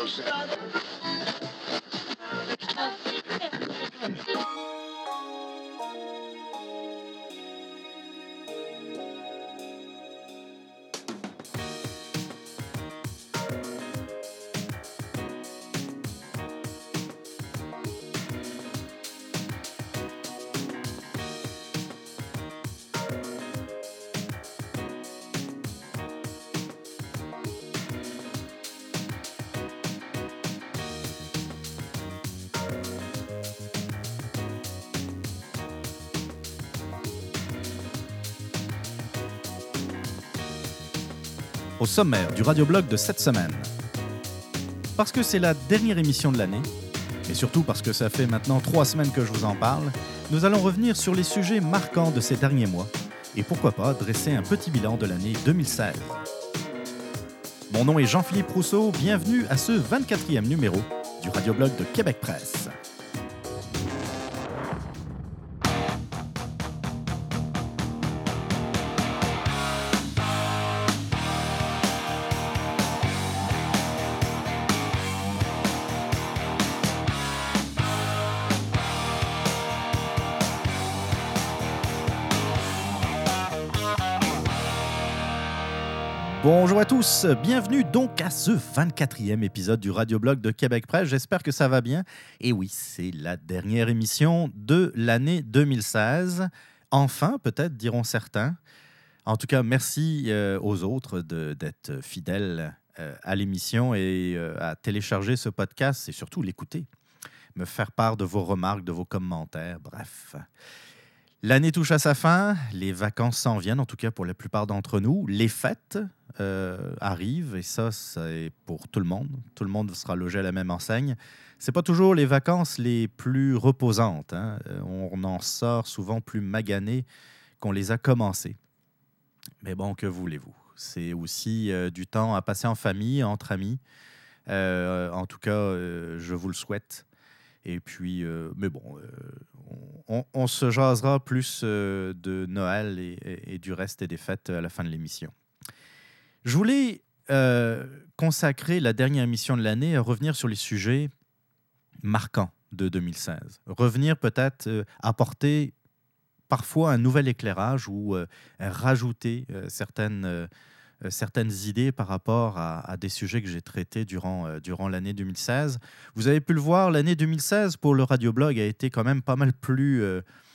Au sommaire du radioblog de cette semaine. Parce que c'est la dernière émission de l'année, et surtout parce que ça fait maintenant 3 semaines que je vous en parle, nous allons revenir sur les sujets marquants de ces derniers mois, et pourquoi pas dresser un petit bilan de l'année 2016. Mon nom est Jean-Philippe Rousseau, bienvenue à ce 24e numéro du radioblog de Québec Presse. Bonjour à tous, bienvenue donc à ce 24e épisode du radioblog de Québec Presse. J'espère que ça va bien. Et oui, c'est la dernière émission de l'année 2016. Enfin, peut-être, diront certains. En tout cas, merci aux autres d'être fidèles à l'émission et à télécharger ce podcast et surtout l'écouter. Me faire part de vos remarques, de vos commentaires, bref. L'année touche à sa fin, les vacances s'en viennent, en tout cas pour la plupart d'entre nous. Les fêtes arrivent, et ça, c'est pour tout le monde. Tout le monde sera logé à la même enseigne. C'est pas toujours les vacances les plus reposantes, hein. On en sort souvent plus magané qu'on les a commencées. Mais bon, que voulez-vous? C'est aussi du temps à passer en famille, entre amis. En tout cas, je vous le souhaite. Et puis, mais bon, on se jasera plus de Noël et du reste et des fêtes à la fin de l'émission. Je voulais consacrer la dernière émission de l'année à revenir sur les sujets marquants de 2016. Revenir peut-être apporter parfois un nouvel éclairage ou rajouter certaines idées par rapport à des sujets que j'ai traités durant l'année 2016. Vous avez pu le voir, l'année 2016 pour le radioblog a été quand même pas mal plus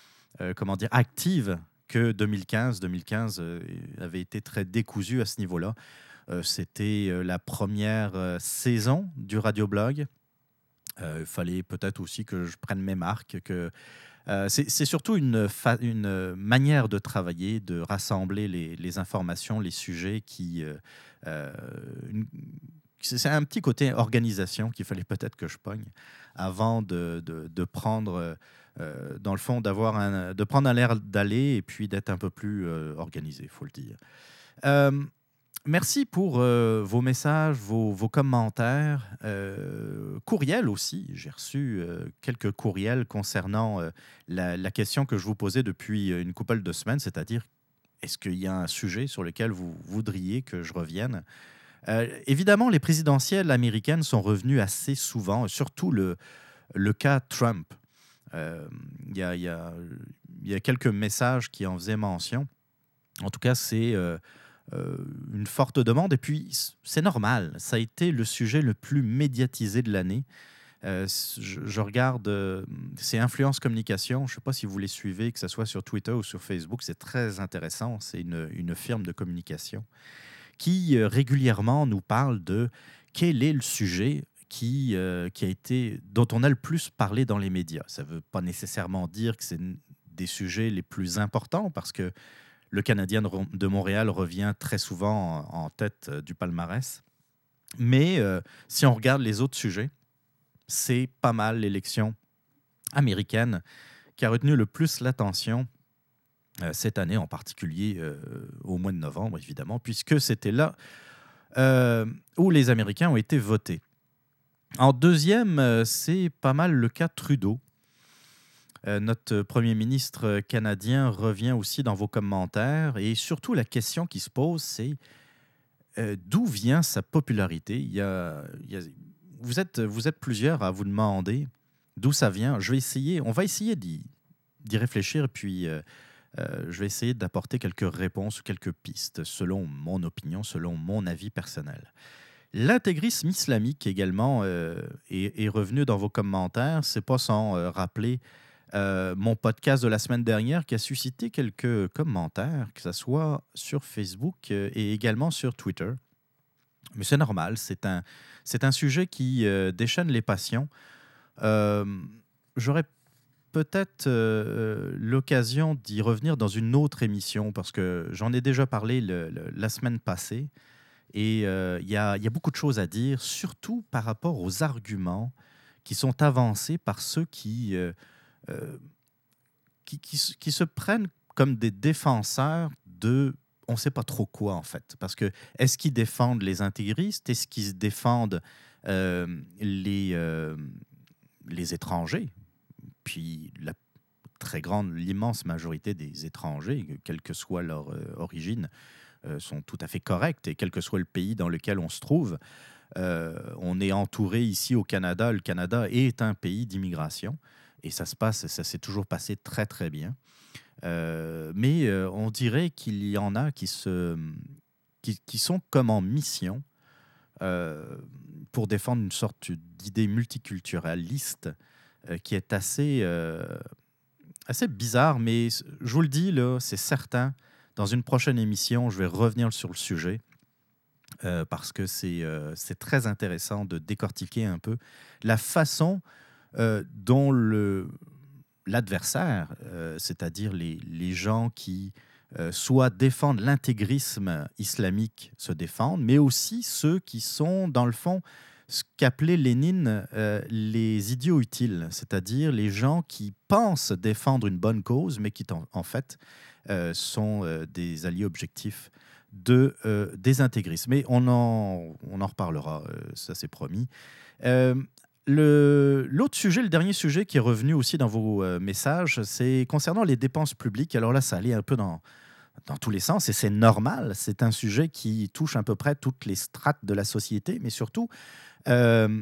active que 2015. 2015 avait été très décousu à ce niveau-là. C'était la première saison du radioblog. Il fallait peut-être aussi que je prenne mes marques, que c'est surtout une manière de travailler, de rassembler les informations, les sujets c'est un petit côté organisation qu'il fallait peut-être que je pogne avant de prendre, dans le fond, de prendre un l'air d'aller et puis d'être un peu plus organisé, il faut le dire. Merci pour vos messages, vos commentaires, courriels aussi. J'ai reçu quelques courriels concernant la question que je vous posais depuis une couple de semaines, c'est-à-dire, est-ce qu'il y a un sujet sur lequel vous voudriez que je revienne? Évidemment, les présidentielles américaines sont revenues assez souvent, surtout le cas Trump. Il y a quelques messages qui en faisaient mention. En tout cas, c'est une forte demande. Et puis, c'est normal. Ça a été le sujet le plus médiatisé de l'année. Je regarde, c'est Influence Communication. Je ne sais pas si vous les suivez, que ce soit sur Twitter ou sur Facebook. C'est très intéressant. C'est une firme de communication qui régulièrement nous parle de quel est le sujet dont on a le plus parlé dans les médias. Ça ne veut pas nécessairement dire que c'est des sujets les plus importants, parce que le Canadien de Montréal revient très souvent en tête du palmarès. Mais si on regarde les autres sujets, c'est pas mal l'élection américaine qui a retenu le plus l'attention cette année, en particulier au mois de novembre, évidemment, puisque c'était là où les Américains ont été votés. En deuxième, c'est pas mal le cas Trudeau. Notre premier ministre canadien revient aussi dans vos commentaires, et surtout la question qui se pose, c'est d'où vient sa popularité? Il y a vous êtes plusieurs à vous demander d'où ça vient. On va essayer d'y réfléchir, et puis je vais essayer d'apporter quelques réponses ou quelques pistes selon mon opinion, selon mon avis personnel. L'intégrisme islamique également est revenu dans vos commentaires. C'est pas sans rappeler mon podcast de la semaine dernière qui a suscité quelques commentaires, que ce soit sur Facebook et également sur Twitter. Mais c'est normal, c'est un sujet qui déchaîne les passions. Euh, J'aurais peut-être l'occasion d'y revenir dans une autre émission parce que j'en ai déjà parlé la semaine passée. Et il y a beaucoup de choses à dire, surtout par rapport aux arguments qui sont avancés par ceux euh, qui se prennent comme des défenseurs de on ne sait pas trop quoi, en fait. Parce que est-ce qu'ils défendent les intégristes? Est-ce qu'ils défendent euh, les étrangers? Puis l'immense majorité des étrangers, quelle que soit leur origine, sont tout à fait correctes. Et quel que soit le pays dans lequel on se trouve, on est entouré ici au Canada. Le Canada est un pays d'immigration. Et ça s'est toujours passé très, très bien. Mais on dirait qu'il y en a qui sont comme en mission pour défendre une sorte d'idée multiculturaliste qui est assez bizarre, mais je vous le dis, là, c'est certain, dans une prochaine émission, je vais revenir sur le sujet parce que c'est très intéressant de décortiquer un peu la façon dont l'adversaire, c'est-à-dire les gens qui soit défendent l'intégrisme islamique, se défendent, mais aussi ceux qui sont, dans le fond, ce qu'appelait Lénine les idiots utiles, c'est-à-dire les gens qui pensent défendre une bonne cause, mais qui, en fait, sont des alliés objectifs des intégristes. Mais on en reparlera, ça c'est promis. L'autre sujet, le dernier sujet qui est revenu aussi dans vos messages, c'est concernant les dépenses publiques. Alors là, ça allait un peu dans tous les sens et c'est normal. C'est un sujet qui touche à peu près toutes les strates de la société, mais surtout, euh,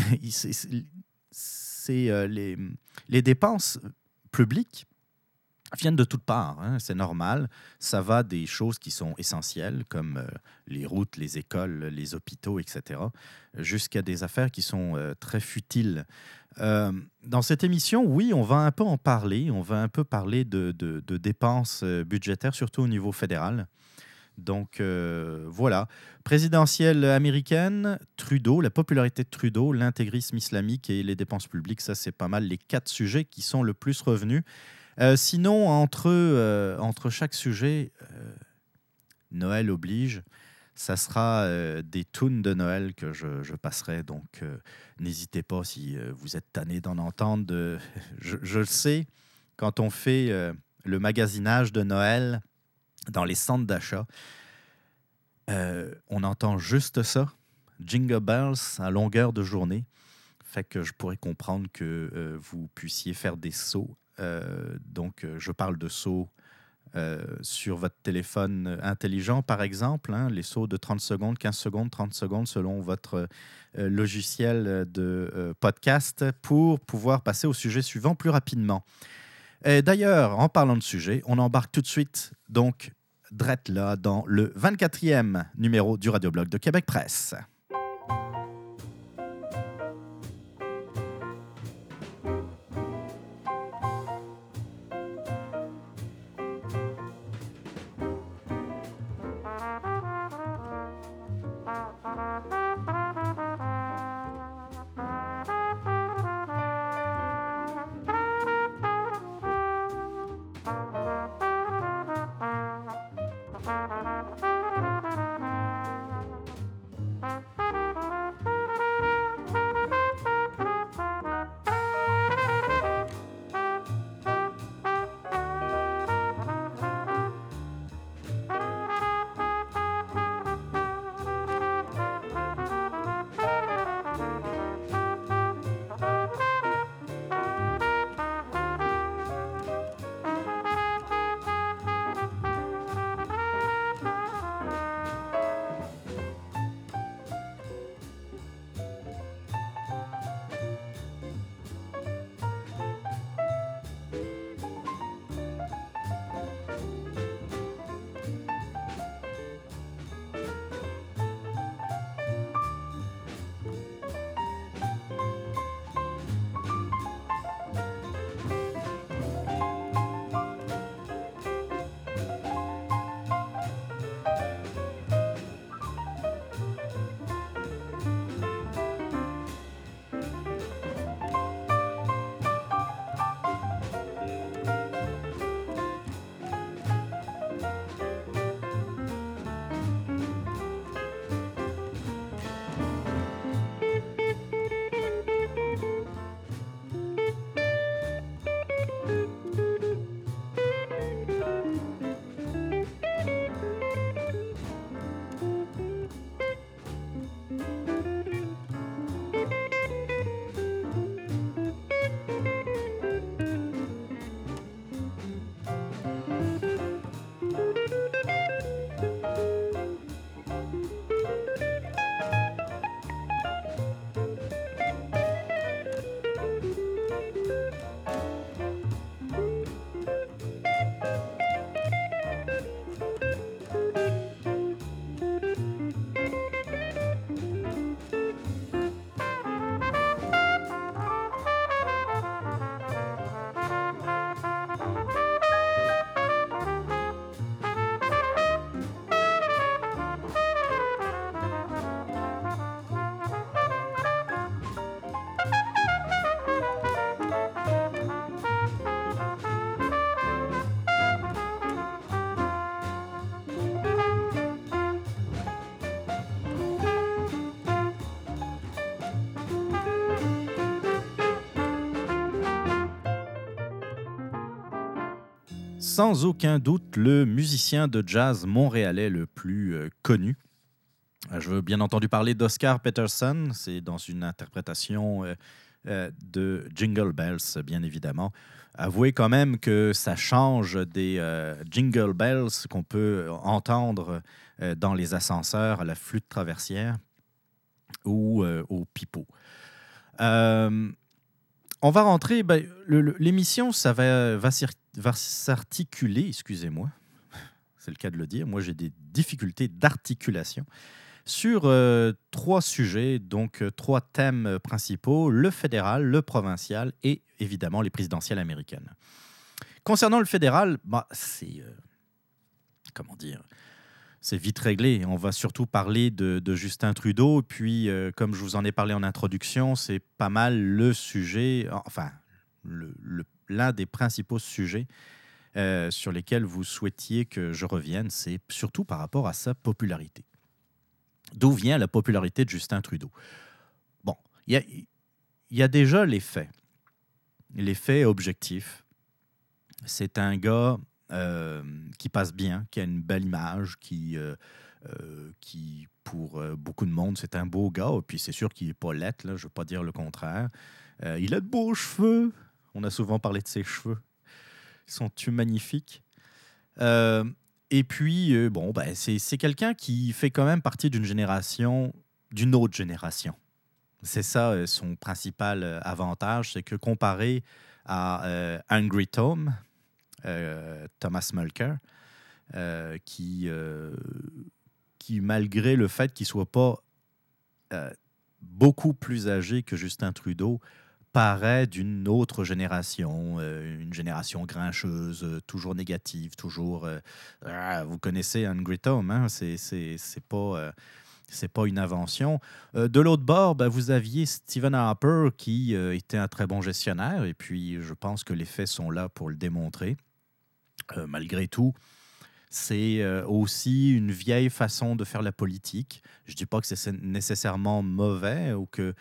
les dépenses publiques viennent de toutes parts, hein, c'est normal. Ça va des choses qui sont essentielles, comme les routes, les écoles, les hôpitaux, etc., jusqu'à des affaires qui sont très futiles. Dans cette émission, oui, on va un peu en parler. On va un peu parler de dépenses budgétaires, surtout au niveau fédéral. Donc voilà, présidentielle américaine, Trudeau, la popularité de Trudeau, l'intégrisme islamique et les dépenses publiques, ça c'est pas mal les 4 sujets qui sont le plus revenus. Sinon, entre chaque sujet, Noël oblige, ça sera des tunes de Noël que je passerai. Donc, n'hésitez pas si vous êtes tanné d'en entendre. Je le sais, quand on fait le magasinage de Noël dans les centres d'achat, on entend juste ça, Jingle Bells à longueur de journée. Fait que je pourrais comprendre que vous puissiez faire des sauts. Donc, je parle de sauts sur votre téléphone intelligent, par exemple, hein, les sauts de 30 secondes, 15 secondes, 30 secondes, selon votre logiciel de podcast, pour pouvoir passer au sujet suivant plus rapidement. D'ailleurs, en parlant de sujet, on embarque tout de suite, donc, drette là, dans le 24e numéro du Radioblog de Québec Presse. sans aucun doute le musicien de jazz montréalais le plus connu. Je veux bien entendu parler d'Oscar Peterson. C'est dans une interprétation de Jingle Bells, bien évidemment. Avouez quand même que ça change des Jingle Bells qu'on peut entendre dans les ascenseurs à la flûte traversière ou au pipeau. On va rentrer. L'émission, ça va s'articuler, excusez-moi, c'est le cas de le dire. Moi, j'ai des difficultés d'articulation sur 3 sujets, donc 3 thèmes principaux, le fédéral, le provincial et évidemment les présidentielles américaines. Concernant le fédéral, c'est c'est vite réglé. On va surtout parler de Justin Trudeau. Puis, comme je vous en ai parlé en introduction, c'est pas mal le sujet, enfin, l'un des principaux sujets sur lesquels vous souhaitiez que je revienne. C'est surtout par rapport à sa popularité. D'où vient la popularité de Justin Trudeau? Bon, il y a déjà les faits objectifs. C'est un gars qui passe bien, qui a une belle image, qui pour beaucoup de monde, c'est un beau gars. Et puis c'est sûr qu'il n'est pas laid, là, je ne veux pas dire le contraire. Il a de beaux cheveux. On a souvent parlé de ses cheveux. Ils sont-ils magnifiques? Et puis, c'est quelqu'un qui fait quand même partie d'une autre génération. C'est ça son principal avantage, c'est que comparé à Angry Tom, Thomas Mulcair, qui, malgré le fait qu'il ne soit pas beaucoup plus âgé que Justin Trudeau, paraît d'une autre génération, une génération grincheuse, toujours négative, toujours... vous connaissez Angry Tom, hein? C'est pas une invention. De l'autre bord, vous aviez Stephen Harper qui était un très bon gestionnaire, et puis je pense que les faits sont là pour le démontrer. Malgré tout, c'est aussi une vieille façon de faire la politique. Je ne dis pas que c'est nécessairement mauvais,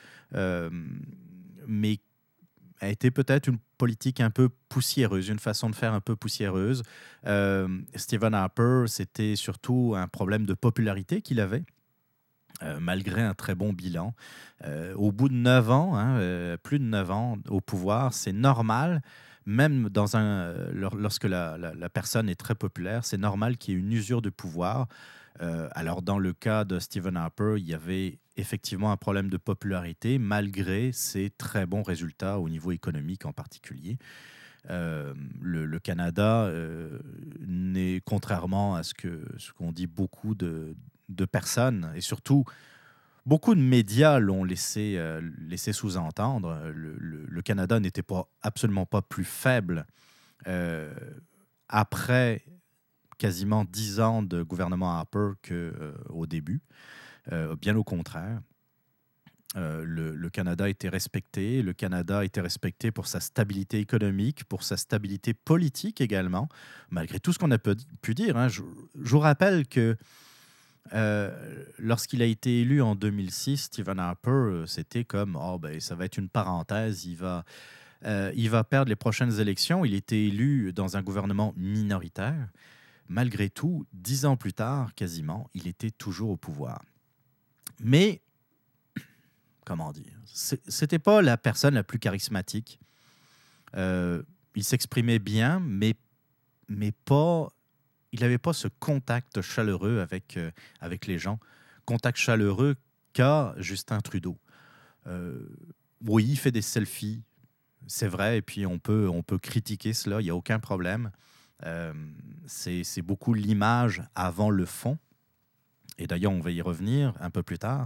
mais a été peut-être une politique un peu poussiéreuse, une façon de faire un peu poussiéreuse. Stephen Harper, c'était surtout un problème de popularité qu'il avait. Malgré un très bon bilan. Au bout de 9 ans, plus de 9 ans au pouvoir, c'est normal, même lorsque la personne est très populaire, c'est normal qu'il y ait une usure de pouvoir. Alors, dans le cas de Stephen Harper, il y avait effectivement un problème de popularité, malgré ses très bons résultats au niveau économique en particulier. Le Canada n'est, contrairement à ce qu'on dit beaucoup de personnes, et surtout beaucoup de médias l'ont laissé sous-entendre, le Canada n'était absolument pas plus faible après quasiment 10 ans de gouvernement Harper qu'au début. Bien au contraire. Le Canada était respecté. Le Canada a été respecté pour sa stabilité économique, pour sa stabilité politique également, malgré tout ce qu'on a pu dire. Hein. Je vous rappelle que lorsqu'il a été élu en 2006, Stephen Harper, c'était comme ça va être une parenthèse, il va perdre les prochaines élections. Il était élu dans un gouvernement minoritaire. Malgré tout, 10 ans plus tard, quasiment, il était toujours au pouvoir. Mais, comment dire, c'était pas la personne la plus charismatique. Il s'exprimait bien, mais pas... Il n'avait pas ce contact chaleureux avec les gens. Contact chaleureux qu'a Justin Trudeau. Oui, il fait des selfies, c'est vrai, et puis on peut critiquer cela, il n'y a aucun problème. C'est beaucoup l'image avant le fond. Et d'ailleurs, on va y revenir un peu plus tard.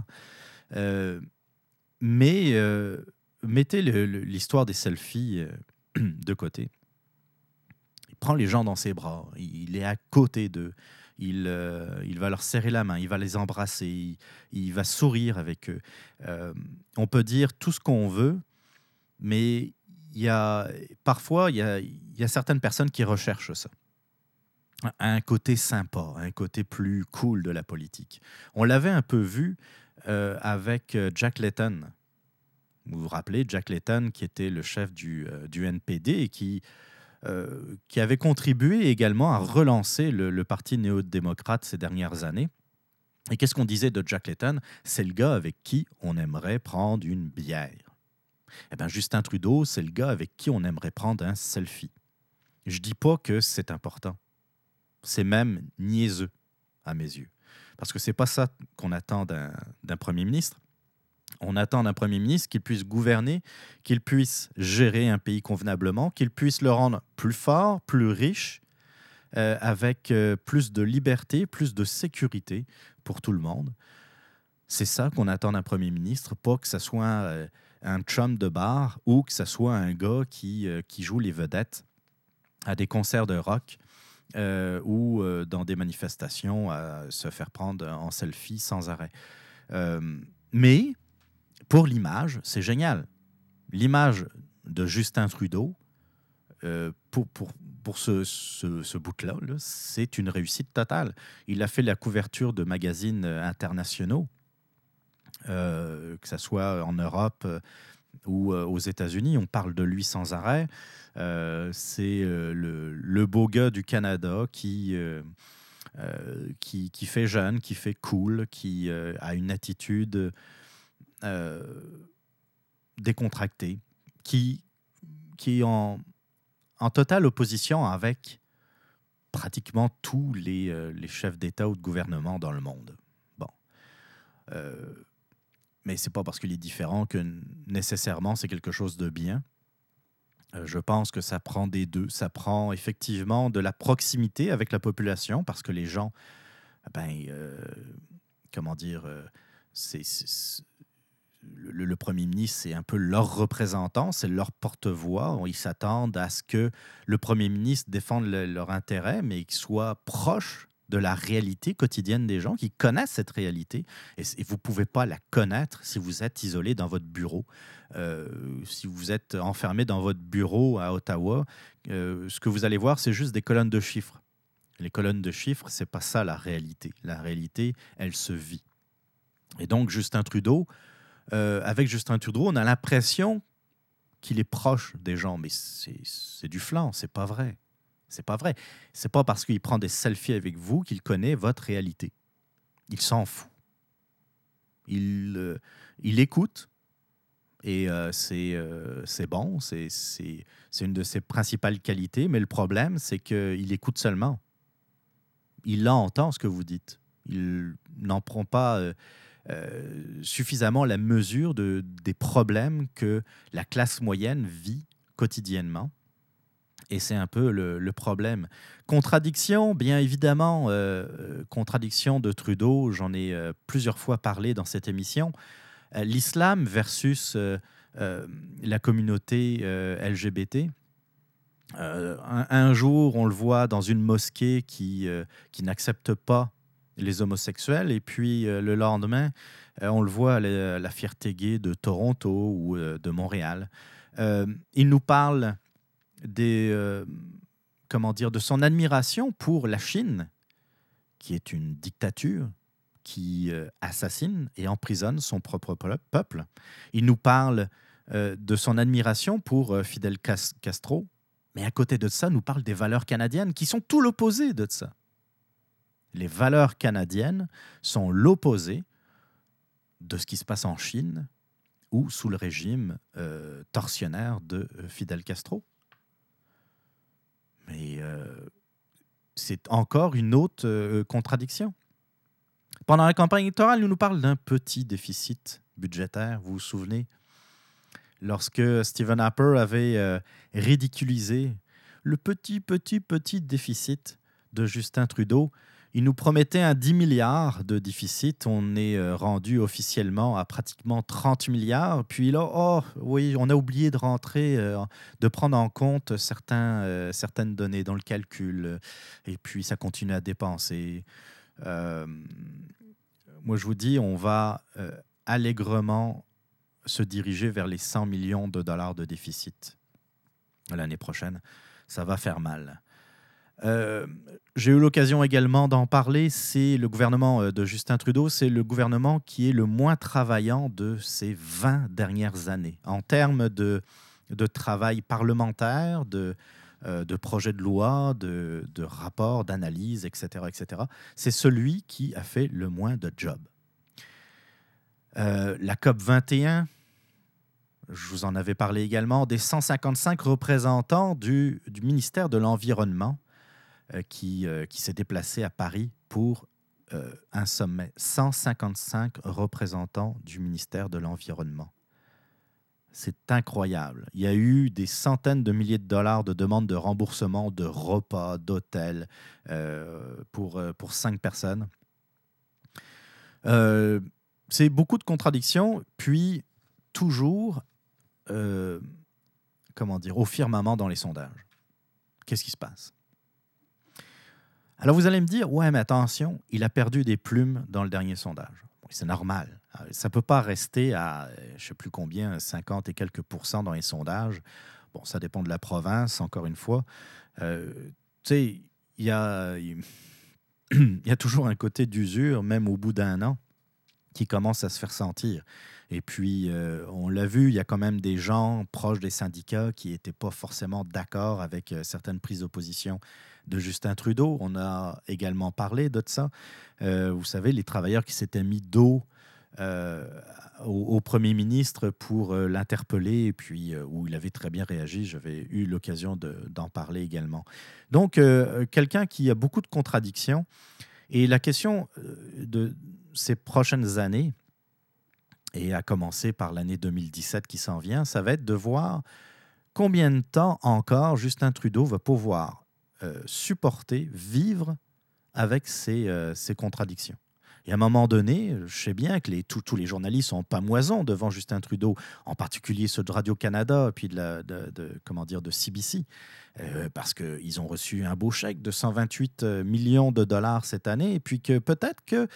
Mais mettez l'histoire des selfies de côté. Il prend les gens dans ses bras, il est à côté d'eux, il va leur serrer la main, il va les embrasser, il va sourire avec eux. On peut dire tout ce qu'on veut, mais parfois, il y a certaines personnes qui recherchent ça. Un côté sympa, un côté plus cool de la politique. On l'avait un peu vu avec Jack Layton. Vous vous rappelez, Jack Layton, qui était le chef du NPD et qui qui avait contribué également à relancer le parti néo-démocrate ces dernières années. Et qu'est-ce qu'on disait de Jack Layton? C'est le gars avec qui on aimerait prendre une bière. Eh bien, Justin Trudeau, c'est le gars avec qui on aimerait prendre un selfie. Je dis pas que c'est important. C'est même niaiseux, à mes yeux. Parce que c'est pas ça qu'on attend d'un premier ministre. On attend d'un premier ministre qu'il puisse gouverner, qu'il puisse gérer un pays convenablement, qu'il puisse le rendre plus fort, plus riche, avec plus de liberté, plus de sécurité pour tout le monde. C'est ça qu'on attend d'un premier ministre, pas que ce soit un chum de bar ou que ce soit un gars qui joue les vedettes à des concerts de rock ou dans des manifestations à se faire prendre en selfie sans arrêt. Mais pour l'image, c'est génial. L'image de Justin Trudeau, pour ce bout-là, là, c'est une réussite totale. Il a fait la couverture de magazines internationaux, que ce soit en Europe ou aux États-Unis. On parle de lui sans arrêt. C'est le beau gars du Canada qui fait jeune, qui fait cool, qui a une attitude décontractée, qui est en totale opposition avec pratiquement tous les chefs d'État ou de gouvernement dans le monde. Bon. Mais c'est pas parce qu'il est différent que nécessairement c'est quelque chose de bien. Je pense que ça prend des deux. Ça prend effectivement de la proximité avec la population parce que les gens, comment dire, le premier ministre, c'est un peu leur représentant, c'est leur porte-voix. Ils s'attendent à ce que le premier ministre défende leur intérêt, mais qu'il soit proche de la réalité quotidienne des gens, qui connaissent cette réalité. Et vous ne pouvez pas la connaître si vous êtes isolé dans votre bureau. Si vous êtes enfermé dans votre bureau à Ottawa, ce que vous allez voir, c'est juste des colonnes de chiffres. Les colonnes de chiffres, ce n'est pas ça la réalité. La réalité, elle se vit. Et donc, avec Justin Trudeau, on a l'impression qu'il est proche des gens, mais c'est du flan, c'est pas vrai. C'est pas vrai. C'est pas parce qu'il prend des selfies avec vous qu'il connaît votre réalité. Il s'en fout. Il écoute et c'est bon, c'est une de ses principales qualités, mais le problème, c'est qu'il écoute seulement. Il entend ce que vous dites. Il n'en prend pas suffisamment la mesure des problèmes que la classe moyenne vit quotidiennement. Et c'est un peu le problème. Contradiction, bien évidemment, contradiction de Trudeau, j'en ai plusieurs fois parlé dans cette émission. L'islam versus la communauté LGBT. Un jour, on le voit dans une mosquée qui n'accepte pas les homosexuels, et puis le lendemain, on le voit à la Fierté Gay de Toronto ou de Montréal. Il nous parle de son admiration pour la Chine, qui est une dictature qui assassine et emprisonne son propre peuple. Il nous parle de son admiration pour Fidel Castro, mais à côté de ça, nous parle des valeurs canadiennes qui sont tout l'opposé de ça. Les valeurs canadiennes sont l'opposé de ce qui se passe en Chine ou sous le régime tortionnaire de Fidel Castro. Mais c'est encore une autre contradiction. Pendant la campagne électorale, il nous parle d'un petit déficit budgétaire. Vous vous souvenez? Lorsque Stephen Harper avait ridiculisé le petit déficit de Justin Trudeau, il nous promettait un 10 milliards de déficit. On est rendu officiellement à pratiquement 30 milliards. Puis là, oui, on a oublié de rentrer, de prendre en compte certaines données dans le calcul. Et puis, ça continue à dépenser. Moi, je vous dis, on va allègrement se diriger vers les 100 millions de dollars de déficit l'année prochaine. Ça va faire mal. J'ai eu l'occasion également d'en parler. C'est le gouvernement de Justin Trudeau, c'est le gouvernement qui est le moins travaillant de ces 20 dernières années. En termes de travail parlementaire, de de projets de loi, de rapports, d'analyses, etc., etc. C'est celui qui a fait le moins de job. La COP 21, je vous en avais parlé également, des 155 représentants du ministère de l'Environnement qui s'est déplacé à Paris pour un sommet. 155 représentants du ministère de l'Environnement. C'est incroyable. Il y a eu des centaines de milliers de dollars de demandes de remboursement de repas, d'hôtels pour 5 personnes. C'est beaucoup de contradictions, puis toujours, au firmament dans les sondages. Qu'est-ce qui se passe? Alors vous allez me dire, ouais, mais attention, il a perdu des plumes dans le dernier sondage. Oui, c'est normal. Ça ne peut pas rester à, je ne sais plus combien, 50 et quelques pourcents dans les sondages. Bon, ça dépend de la province, encore une fois. Tu sais, il y a toujours un côté d'usure, même au bout d'un an, qui commence à se faire sentir. Et puis, on l'a vu, il y a quand même des gens proches des syndicats qui n'étaient pas forcément d'accord avec certaines prises d'opposition de Justin Trudeau. On a également parlé de ça. Vous savez, les travailleurs qui s'étaient mis dos au Premier ministre pour l'interpeller, et puis où il avait très bien réagi. J'avais eu l'occasion d'en parler également. Donc, quelqu'un qui a beaucoup de contradictions. Et la question de ces prochaines années, et à commencer par l'année 2017 qui s'en vient, ça va être de voir combien de temps encore Justin Trudeau va pouvoir supporter, vivre avec ces contradictions. Et à un moment donné, je sais bien que tous les journalistes sont pamoisons devant Justin Trudeau, en particulier ceux de Radio-Canada, puis de CBC, parce qu'ils ont reçu un beau chèque de 128 millions de dollars cette année, et puis que peut-être que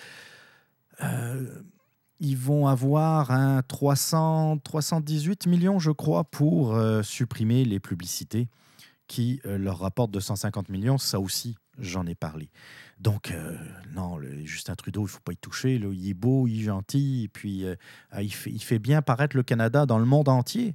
ils vont avoir un 318 millions, je crois, pour supprimer les publicités qui leur rapportent 250 millions. Ça aussi, j'en ai parlé. Donc, non, Justin Trudeau, il ne faut pas y toucher. Là, il est beau, il est gentil, et puis il fait bien paraître le Canada dans le monde entier.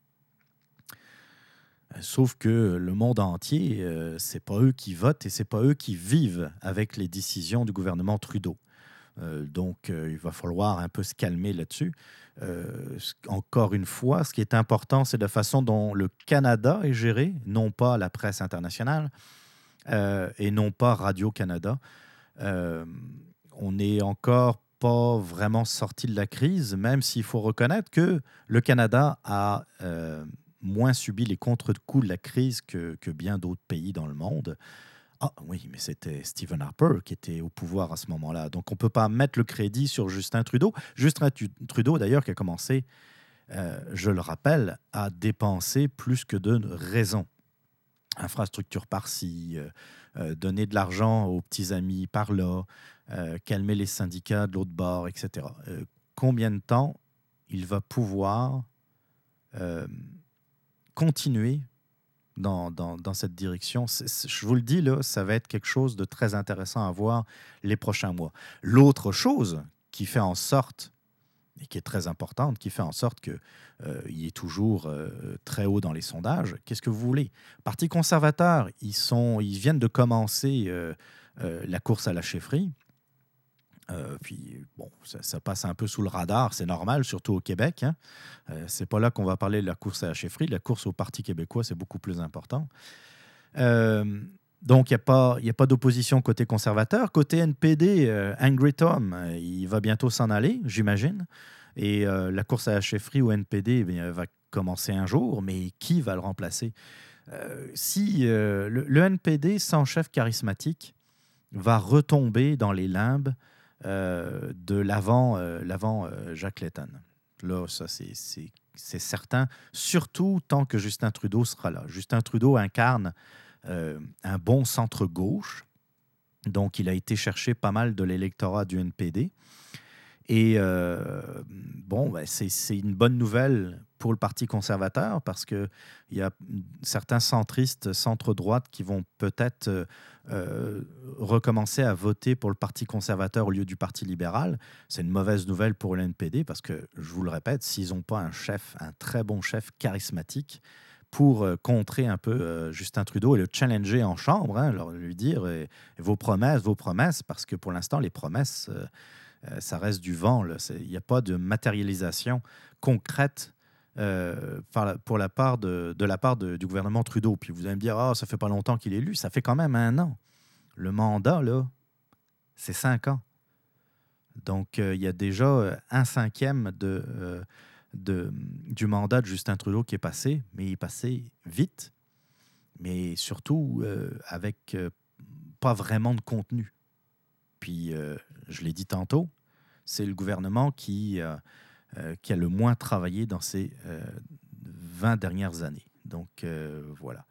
Sauf que le monde entier, c'est pas eux qui votent et c'est pas eux qui vivent avec les décisions du gouvernement Trudeau. Donc, il va falloir un peu se calmer là-dessus. Encore une fois, ce qui est important, c'est la façon dont le Canada est géré, non pas la presse internationale et non pas Radio-Canada. On n'est encore pas vraiment sorti de la crise, même s'il faut reconnaître que le Canada a moins subi les contre-coups de la crise que bien d'autres pays dans le monde. Ah oui, mais c'était Stephen Harper qui était au pouvoir à ce moment-là. Donc, on ne peut pas mettre le crédit sur Justin Trudeau. Justin Trudeau, d'ailleurs, qui a commencé, je le rappelle, à dépenser plus que de raison. Infrastructure par-ci, donner de l'argent aux petits amis par-là, calmer les syndicats de l'autre bord, etc. Combien de temps il va pouvoir continuer dans cette direction? Je vous le dis, là, ça va être quelque chose de très intéressant à voir les prochains mois. L'autre chose qui fait en sorte, et qui est très importante, qui fait en sorte qu'il est toujours très haut dans les sondages, qu'est-ce que vous voulez? Parti conservateur, ils viennent de commencer la course à la chefferie. Puis, bon, ça passe un peu sous le radar, c'est normal, surtout au Québec. Hein. C'est pas là qu'on va parler de la course à la chefferie. La course au Parti québécois, c'est beaucoup plus important. Donc, il n'y a pas d'opposition côté conservateur. Côté NPD, Angry Tom, il va bientôt s'en aller, j'imagine. Et la course à la chefferie au NPD va commencer un jour, mais qui va le remplacer? Si le NPD, sans chef charismatique, va retomber dans les limbes de l'avant Jacques Layton. Là, ça, c'est certain, surtout tant que Justin Trudeau sera là. Justin Trudeau incarne un bon centre-gauche, donc il a été chercher pas mal de l'électorat du NPD. Et c'est une bonne nouvelle pour le Parti conservateur parce qu'il y a certains centristes, centre-droite qui vont peut-être recommencer à voter pour le Parti conservateur au lieu du Parti libéral. C'est une mauvaise nouvelle pour le NPD parce que, je vous le répète, s'ils n'ont pas un très bon chef charismatique, pour contrer un peu Justin Trudeau et le challenger en chambre, lui dire vos promesses, parce que pour l'instant, les promesses, ça reste du vent. Il n'y a pas de matérialisation concrète pour la part du gouvernement Trudeau. Puis vous allez me dire, ça fait pas longtemps qu'il est élu, ça fait quand même 1 an. Le mandat, là, c'est 5 ans. Donc, il y a déjà 1/5 du mandat de Justin Trudeau qui est passé, mais il est passé vite, mais surtout avec pas vraiment de contenu. Puis, je l'ai dit tantôt, c'est le gouvernement qui a le moins travaillé dans ces 20 dernières années. Donc, voilà.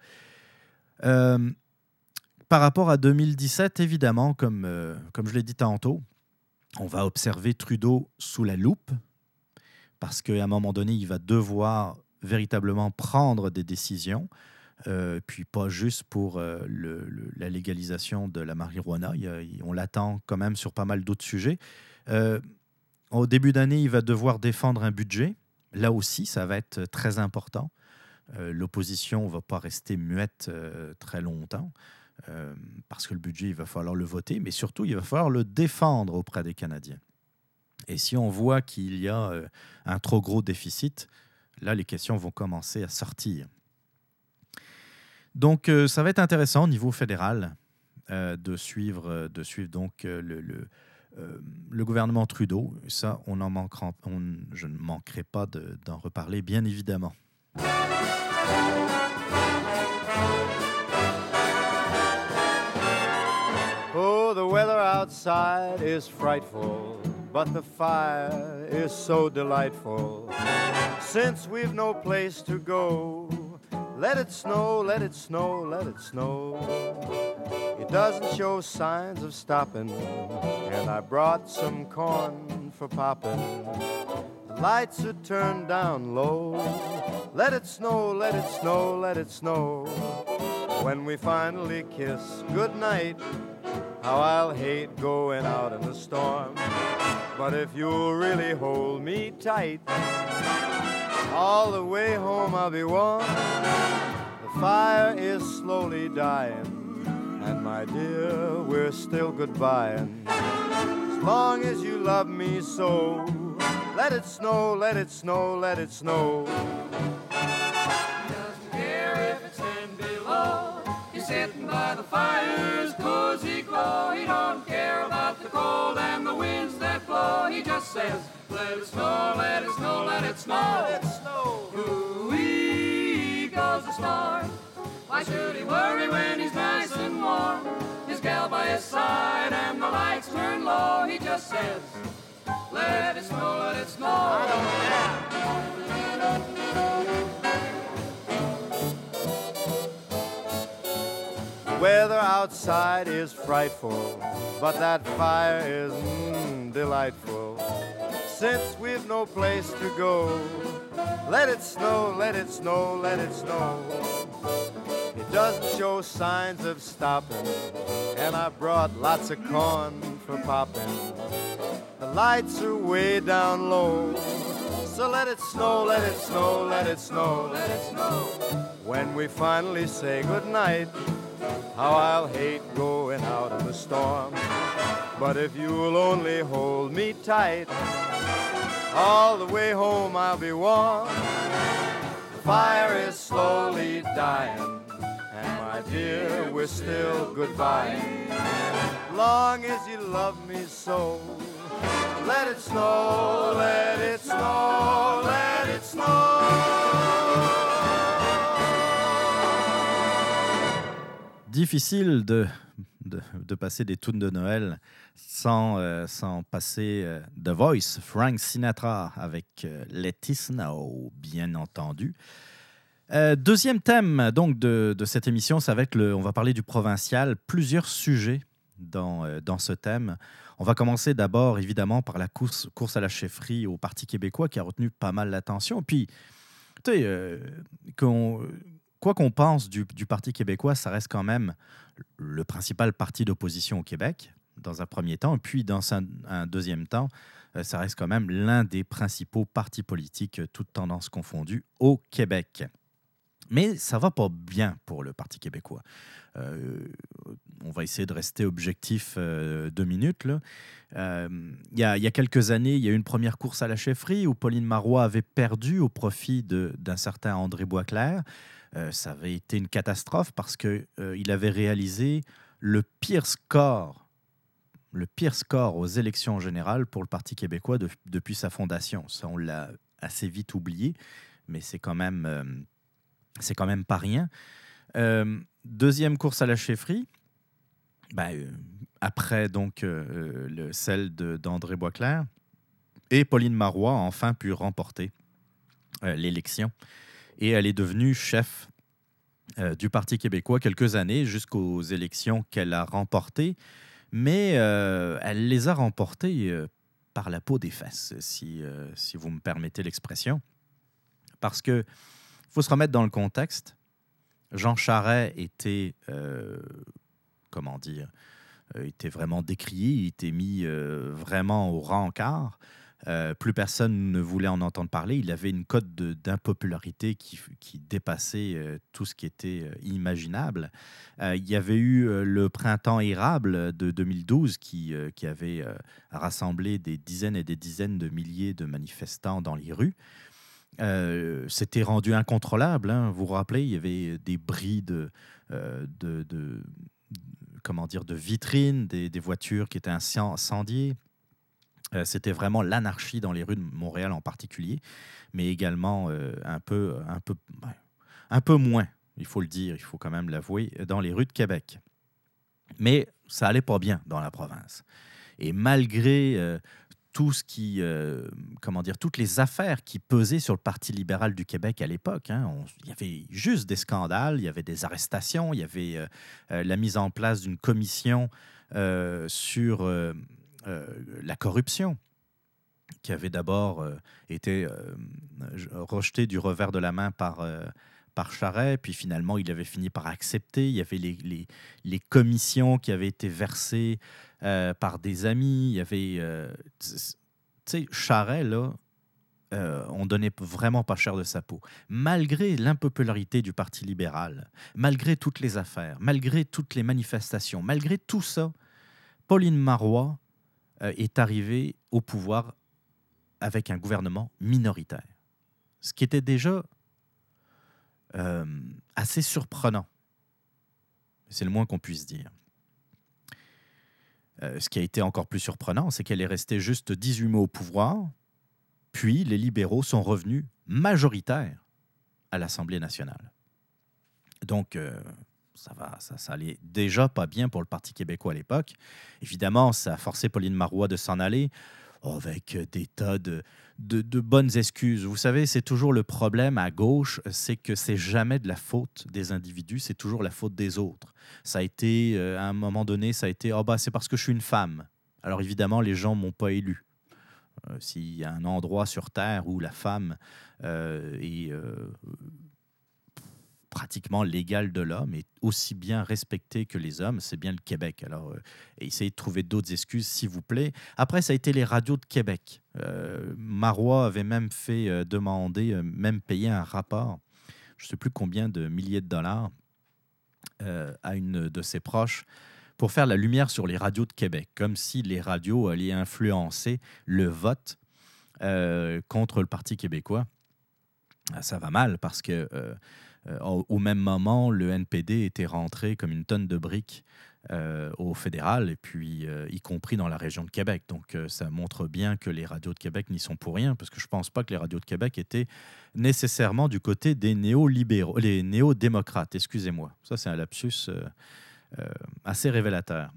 Par rapport à 2017, évidemment, comme je l'ai dit tantôt, on va observer Trudeau sous la loupe parce qu'à un moment donné, il va devoir véritablement prendre des décisions, puis pas juste pour la légalisation de la marijuana. On l'attend quand même sur pas mal d'autres sujets. Au début d'année, il va devoir défendre un budget. Là aussi, ça va être très important. L'opposition ne va pas rester muette très longtemps. Parce que le budget, il va falloir le voter, mais surtout, il va falloir le défendre auprès des Canadiens. Et si on voit qu'il y a un trop gros déficit, là, les questions vont commencer à sortir. Donc, ça va être intéressant au niveau fédéral de suivre donc le gouvernement Trudeau. Ça, je ne manquerai pas d'en reparler, bien évidemment. Oh, the weather outside is frightful, but the fire is so delightful. Since we've no place to go, let it snow, let it snow, let it snow. It doesn't show signs of stopping, and I brought some corn for popping. The lights are turned down low. Let it snow, let it snow, let it snow. When we finally kiss goodnight, how I'll hate going out in the storm. But if you'll really hold me tight, all the way home I'll be warm. The fire is slowly dying, and my dear, we're still goodbying. As long as you love me so, let it snow, let it snow, let it snow. He doesn't care if it's 10 below. He's sitting by the fire's cozy glow. He don't care about the cold and the winds that blow. He just says, let it snow, let it snow, let it snow. Let it snow. Ooh-wee goes the star. Why should he worry when he's nice and warm? His gal by his side and the lights turn low. He just says, let it snow, let it snow. I don't care. Weather outside is frightful, but that fire is delightful. Since we've no place to go, let it snow, let it snow, let it snow. It doesn't show signs of stopping, and I brought lots of corn for popping. The lights are way down low, so let it snow, let it snow, let it snow, let it snow. When we finally say goodnight, how I'll hate going out in the storm. But if you'll only hold me tight, all the way home I'll be warm. The fire is slowly dying, and my dear, we're still goodbye. Long as you love me so, let it snow, let it snow, let it snow. Difficile de passer des tunes de Noël sans passer The Voice, Frank Sinatra avec Let It Snow, bien entendu. Deuxième thème donc de cette émission, ça va être on va parler du provincial. Plusieurs sujets dans ce thème. On va commencer d'abord évidemment par la course à la chefferie au Parti québécois qui a retenu pas mal l'attention. Puis, tu sais, quoi qu'on pense du Parti québécois, ça reste quand même le principal parti d'opposition au Québec, dans un premier temps. Et puis, dans un deuxième temps, ça reste quand même l'un des principaux partis politiques, toutes tendances confondues, au Québec. Mais ça va pas bien pour le Parti québécois. Euh, on va essayer de rester objectif 2 minutes. Là. Il y a quelques années, il y a eu une première course à la chefferie où Pauline Marois avait perdu au profit d'un certain André Boisclair. Ça avait été une catastrophe parce qu'il avait réalisé le pire score aux élections générales pour le Parti québécois depuis sa fondation. Ça, on l'a assez vite oublié, mais c'est quand même pas rien. Deuxième course à la chefferie, après donc celle d'André Boisclair, et Pauline Marois a enfin pu remporter l'élection. Et elle est devenue chef du Parti québécois quelques années jusqu'aux élections qu'elle a remportées. Mais elle les a remportées par la peau des fesses, si vous me permettez l'expression. Parce qu'il faut se remettre dans le contexte. Jean Charest était, était vraiment décrié, il était mis vraiment au rencard. Plus personne ne voulait en entendre parler. Il avait une cote d'impopularité qui dépassait tout ce qui était imaginable. Il y avait eu le printemps érable de 2012 qui avait rassemblé des dizaines et des dizaines de milliers de manifestants dans les rues. C'était rendu incontrôlable. Hein. Vous vous rappelez, il y avait des bris de vitrines, des voitures qui étaient incendiées. C'était vraiment l'anarchie dans les rues de Montréal en particulier, mais également un peu moins, il faut le dire, il faut quand même l'avouer, dans les rues de Québec. Mais ça allait pas bien dans la province. Et malgré tout ce qui, toutes les affaires qui pesaient sur le Parti libéral du Québec à l'époque. Il y avait juste des scandales, il y avait des arrestations, il y avait la mise en place d'une commission sur la corruption, qui avait d'abord été rejetée du revers de la main par Charest, puis finalement il avait fini par accepter. Il y avait les commissions qui avaient été versées par des amis. Il y avait, Charest, là, on donnait vraiment pas cher de sa peau. Malgré l'impopularité du Parti libéral, malgré toutes les affaires, malgré toutes les manifestations, malgré tout ça, Pauline Marois est arrivée au pouvoir avec un gouvernement minoritaire. Ce qui était déjà assez surprenant. C'est le moins qu'on puisse dire. Ce qui a été encore plus surprenant, c'est qu'elle est restée juste 18 mois au pouvoir, puis les libéraux sont revenus majoritaires à l'Assemblée nationale. Donc, ça allait déjà pas bien pour le Parti québécois à l'époque. Évidemment, ça a forcé Pauline Marois de s'en aller avec des tas de bonnes excuses. Vous savez, c'est toujours le problème à gauche, c'est que c'est jamais de la faute des individus, c'est toujours la faute des autres. Ça a été, à un moment donné, c'est parce que je suis une femme. Alors évidemment, les gens m'ont pas élu. S'il y a un endroit sur Terre où la femme est pratiquement l'égale de l'homme et aussi bien respectée que les hommes, c'est bien le Québec. Alors, essayez de trouver d'autres excuses, s'il vous plaît. Après, ça a été les radios de Québec. Marois avait même fait demander, même payer un rapport, je ne sais plus combien de milliers de dollars, à une de ses proches pour faire la lumière sur les radios de Québec, comme si les radios allaient influencer le vote contre le Parti québécois. Ça va mal parce que au même moment, le NPD était rentré comme une tonne de briques au fédéral, et puis y compris dans la région de Québec. Donc, ça montre bien que les radios de Québec n'y sont pour rien, parce que je ne pense pas que les radios de Québec étaient nécessairement du côté des néolibéraux, les néo-démocrates, excusez-moi. Ça, c'est un lapsus assez révélateur.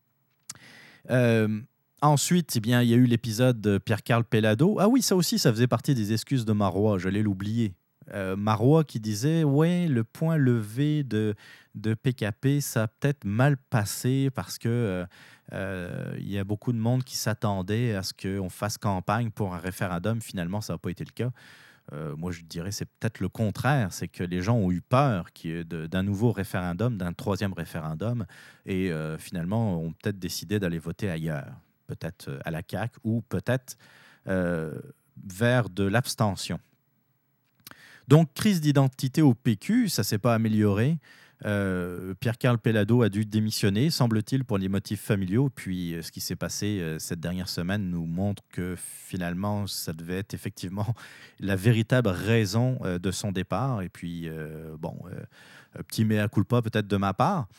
Ensuite, il y a eu l'épisode de Pierre-Carl Pellado. Ah oui, ça aussi, ça faisait partie des excuses de Marois, j'allais l'oublier. Marois qui disait « Ouais, le point levé de PKP, ça a peut-être mal passé parce que il y a beaucoup de monde qui s'attendait à ce qu'on fasse campagne pour un référendum. Finalement, ça n'a pas été le cas. » Moi, je dirais c'est peut-être le contraire. C'est que les gens ont eu peur d'un nouveau référendum, d'un troisième référendum, et finalement ont peut-être décidé d'aller voter ailleurs. Peut-être à la CAQ ou peut-être vers de l'abstention. Donc, crise d'identité au PQ, ça ne s'est pas amélioré. Pierre-Carl Pellado a dû démissionner, semble-t-il, pour des motifs familiaux. Puis, ce qui s'est passé cette dernière semaine nous montre que finalement, ça devait être effectivement la véritable raison de son départ. Et puis, petit mea culpa peut-être de ma part.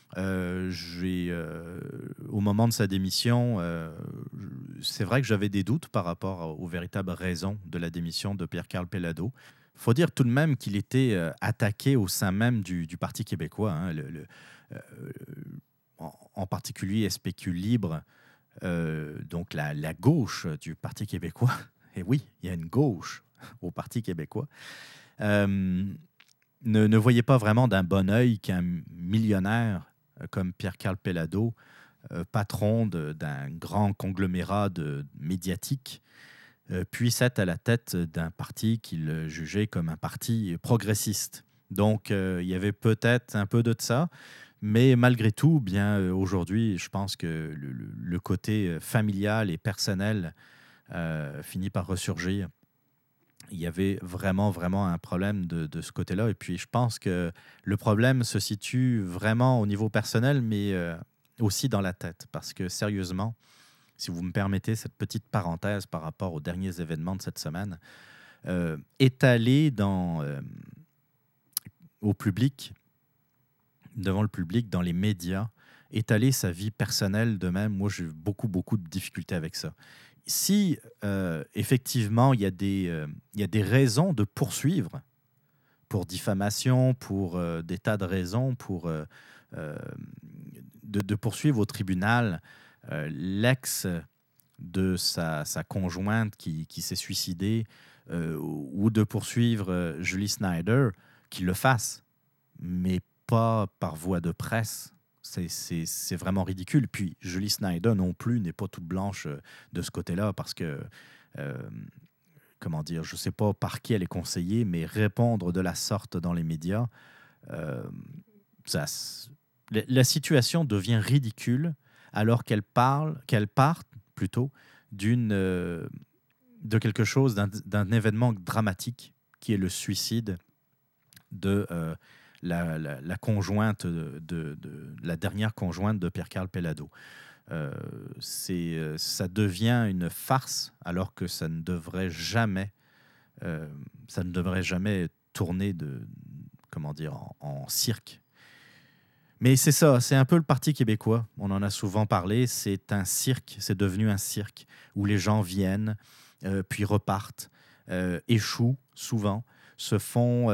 Au moment de sa démission, c'est vrai que j'avais des doutes par rapport aux véritables raisons de la démission de Pierre-Carl Pellado. Il faut dire tout de même qu'il était attaqué au sein même du Parti québécois, hein, en particulier SPQ Libre, donc la gauche du Parti québécois. Et oui, il y a une gauche au Parti québécois. Ne voyait pas vraiment d'un bon œil qu'un millionnaire comme Pierre-Carl Pellado, patron d'un grand conglomérat médiatique, puisse être à la tête d'un parti qu'il jugeait comme un parti progressiste. Donc, il y avait peut-être un peu de ça, mais malgré tout, aujourd'hui, je pense que le côté familial et personnel finit par ressurgir. Il y avait vraiment, vraiment un problème de ce côté-là. Et puis, je pense que le problème se situe vraiment au niveau personnel, mais aussi dans la tête. Parce que, sérieusement, si vous me permettez cette petite parenthèse par rapport aux derniers événements de cette semaine, étaler au public, devant le public, dans les médias, étaler sa vie personnelle de même, moi, j'ai beaucoup, beaucoup de difficultés avec ça. Si, effectivement, il y a des raisons de poursuivre pour diffamation, pour des tas de raisons, de poursuivre au tribunal l'ex de sa conjointe qui s'est suicidée, ou de poursuivre Julie Snyder, qu'il le fasse, mais pas par voie de presse. C'est vraiment ridicule. Puis Julie Snyder non plus n'est pas toute blanche de ce côté-là parce que, comment dire, je ne sais pas par qui elle est conseillée, mais répondre de la sorte dans les médias, la situation devient ridicule alors qu'elle parte plutôt de quelque chose, d'un événement dramatique qui est le suicide de la conjointe la dernière conjointe de Pierre-Carl Pellado. Ça devient une farce alors que ça ne devrait jamais tourner en cirque. Mais c'est ça, c'est un peu le Parti québécois. On en a souvent parlé. C'est un cirque, c'est devenu un cirque où les gens viennent, puis repartent, échouent souvent, se font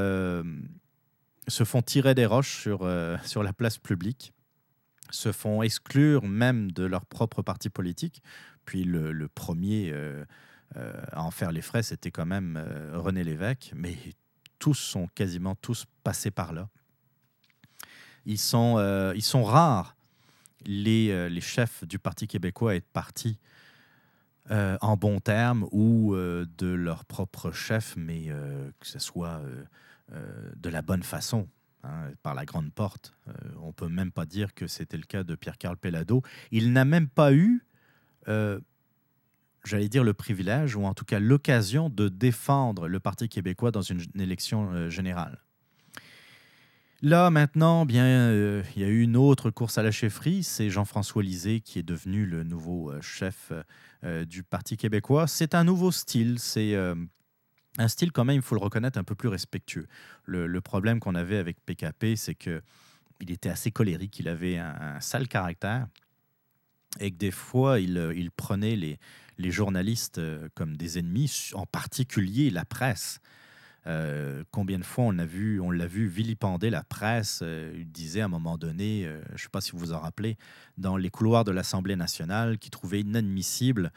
tirer des roches sur la place publique, se font exclure même de leur propre parti politique. Puis le premier à en faire les frais, c'était quand même René Lévesque, mais quasiment tous passés par là. Ils sont rares, les chefs du Parti québécois, à être partis en bons termes ou de leur propre chef, mais que ce soit de la bonne façon, hein, par la grande porte. On ne peut même pas dire que c'était le cas de Pierre-Carl Pellado. Il n'a même pas eu, j'allais dire, le privilège, ou en tout cas l'occasion de défendre le Parti québécois dans une élection générale. Là, maintenant, il y a eu une autre course à la chefferie. C'est Jean-François Lisée qui est devenu le nouveau chef du Parti québécois. C'est un nouveau style. C'est un style, quand même, il faut le reconnaître, un peu plus respectueux. Le problème qu'on avait avec PKP, c'est qu'il était assez colérique. Il avait un sale caractère et que des fois, il prenait les journalistes comme des ennemis, en particulier la presse. Combien de fois on l'a vu vilipender la presse. Il disait à un moment donné, je ne sais pas si vous vous en rappelez, dans les couloirs de l'Assemblée nationale, qu'il trouvait inadmissible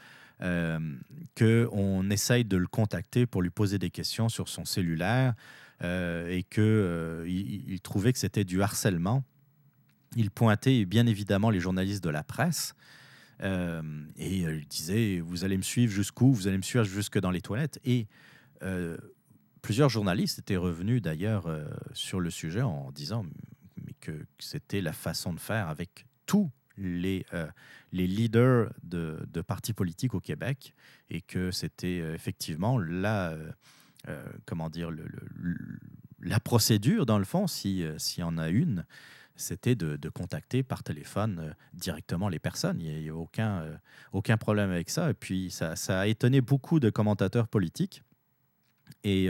qu'on essaye de le contacter pour lui poser des questions sur son cellulaire et qu'il trouvait que c'était du harcèlement. Il pointait bien évidemment les journalistes de la presse et il disait « Vous allez me suivre jusqu'où? Vous allez me suivre jusque dans les toilettes ?» Et plusieurs journalistes étaient revenus d'ailleurs sur le sujet en disant que c'était la façon de faire avec tous les leaders de partis politiques au Québec et que c'était effectivement comment dire, la procédure, dans le fond, s'il y en a une, c'était de contacter par téléphone directement les personnes. Il n'y a aucun problème avec ça. Et puis, ça a étonné beaucoup de commentateurs politiques. Et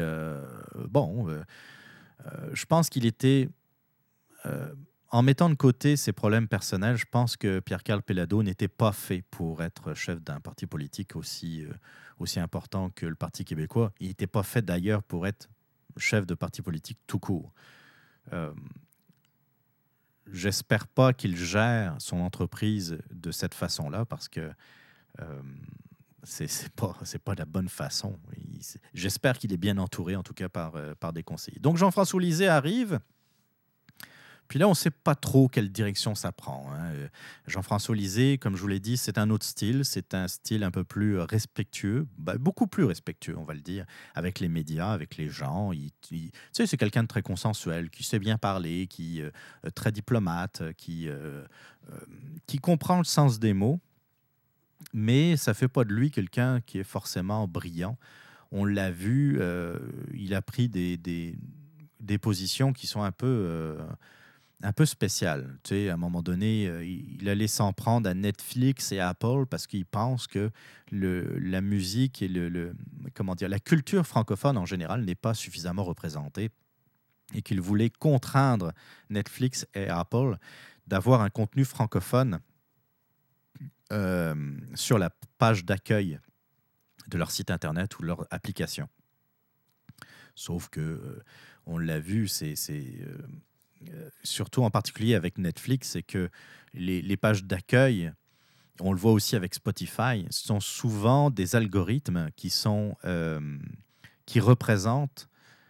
je pense qu'il était... en mettant de côté ses problèmes personnels, je pense que Pierre-Carl Pelado n'était pas fait pour être chef d'un parti politique aussi important que le Parti québécois. Il n'était pas fait d'ailleurs pour être chef de parti politique tout court. J'espère pas qu'il gère son entreprise de cette façon-là parce que c'est pas la bonne façon. J'espère qu'il est bien entouré, en tout cas, par des conseillers. Donc, Jean-François Lisée arrive. Puis là, on ne sait pas trop quelle direction ça prend. Jean-François Lisée, comme je vous l'ai dit, c'est un autre style. C'est un style un peu plus respectueux, beaucoup plus respectueux, on va le dire, avec les médias, avec les gens. Tu sais, c'est quelqu'un de très consensuel, qui sait bien parler, qui très diplomate, qui comprend le sens des mots. Mais ça ne fait pas de lui quelqu'un qui est forcément brillant. On l'a vu, il a pris des positions qui sont un peu spécial. Tu sais, à un moment donné, il allait s'en prendre à Netflix et Apple parce qu'il pense que la musique et la culture francophone en général n'est pas suffisamment représentée et qu'il voulait contraindre Netflix et Apple d'avoir un contenu francophone sur la page d'accueil de leur site Internet ou de leur application. Sauf que, on l'a vu, surtout en particulier avec Netflix, c'est que les pages d'accueil, on le voit aussi avec Spotify, sont souvent des algorithmes qui représentent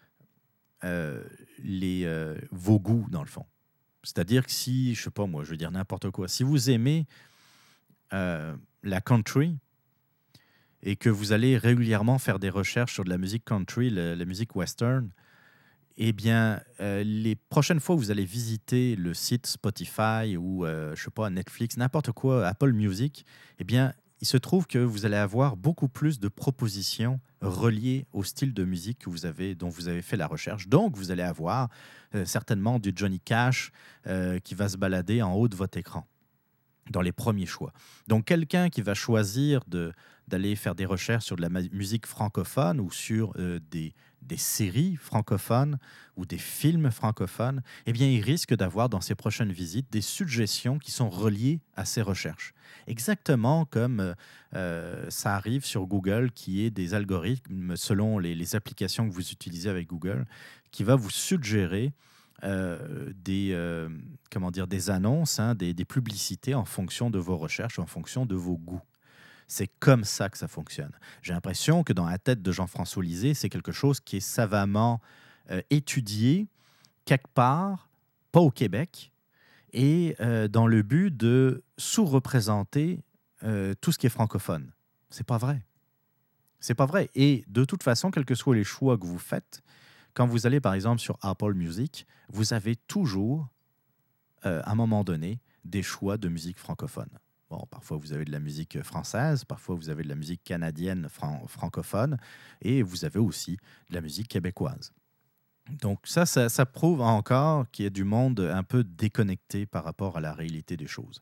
vos goûts, dans le fond. C'est-à-dire que si, je sais pas moi, je veux dire n'importe quoi, si vous aimez la country et que vous allez régulièrement faire des recherches sur de la musique country, la musique western, eh bien, les prochaines fois que vous allez visiter le site Spotify ou, je sais pas, Netflix, n'importe quoi, Apple Music, eh bien, il se trouve que vous allez avoir beaucoup plus de propositions reliées au style de musique dont vous avez fait la recherche. Donc, vous allez avoir certainement du Johnny Cash qui va se balader en haut de votre écran dans les premiers choix. Donc, quelqu'un qui va choisir d'aller faire des recherches sur de la musique francophone ou sur des séries francophones ou des films francophones, eh bien, il risque d'avoir dans ses prochaines visites des suggestions qui sont reliées à ses recherches. Exactement comme ça arrive sur Google, qui est des algorithmes selon les applications que vous utilisez avec Google, qui va vous suggérer des annonces, des publicités en fonction de vos recherches, en fonction de vos goûts. C'est comme ça que ça fonctionne. J'ai l'impression que dans la tête de Jean-François Lisée, c'est quelque chose qui est savamment étudié quelque part, pas au Québec, et dans le but de sous-représenter tout ce qui est francophone. C'est pas vrai. C'est pas vrai. Et de toute façon, quels que soient les choix que vous faites, quand vous allez par exemple sur Apple Music, vous avez toujours, à un moment donné, des choix de musique francophone. Bon, parfois, vous avez de la musique française, parfois, vous avez de la musique canadienne francophone, et vous avez aussi de la musique québécoise. Donc ça prouve encore qu'il y a du monde un peu déconnecté par rapport à la réalité des choses.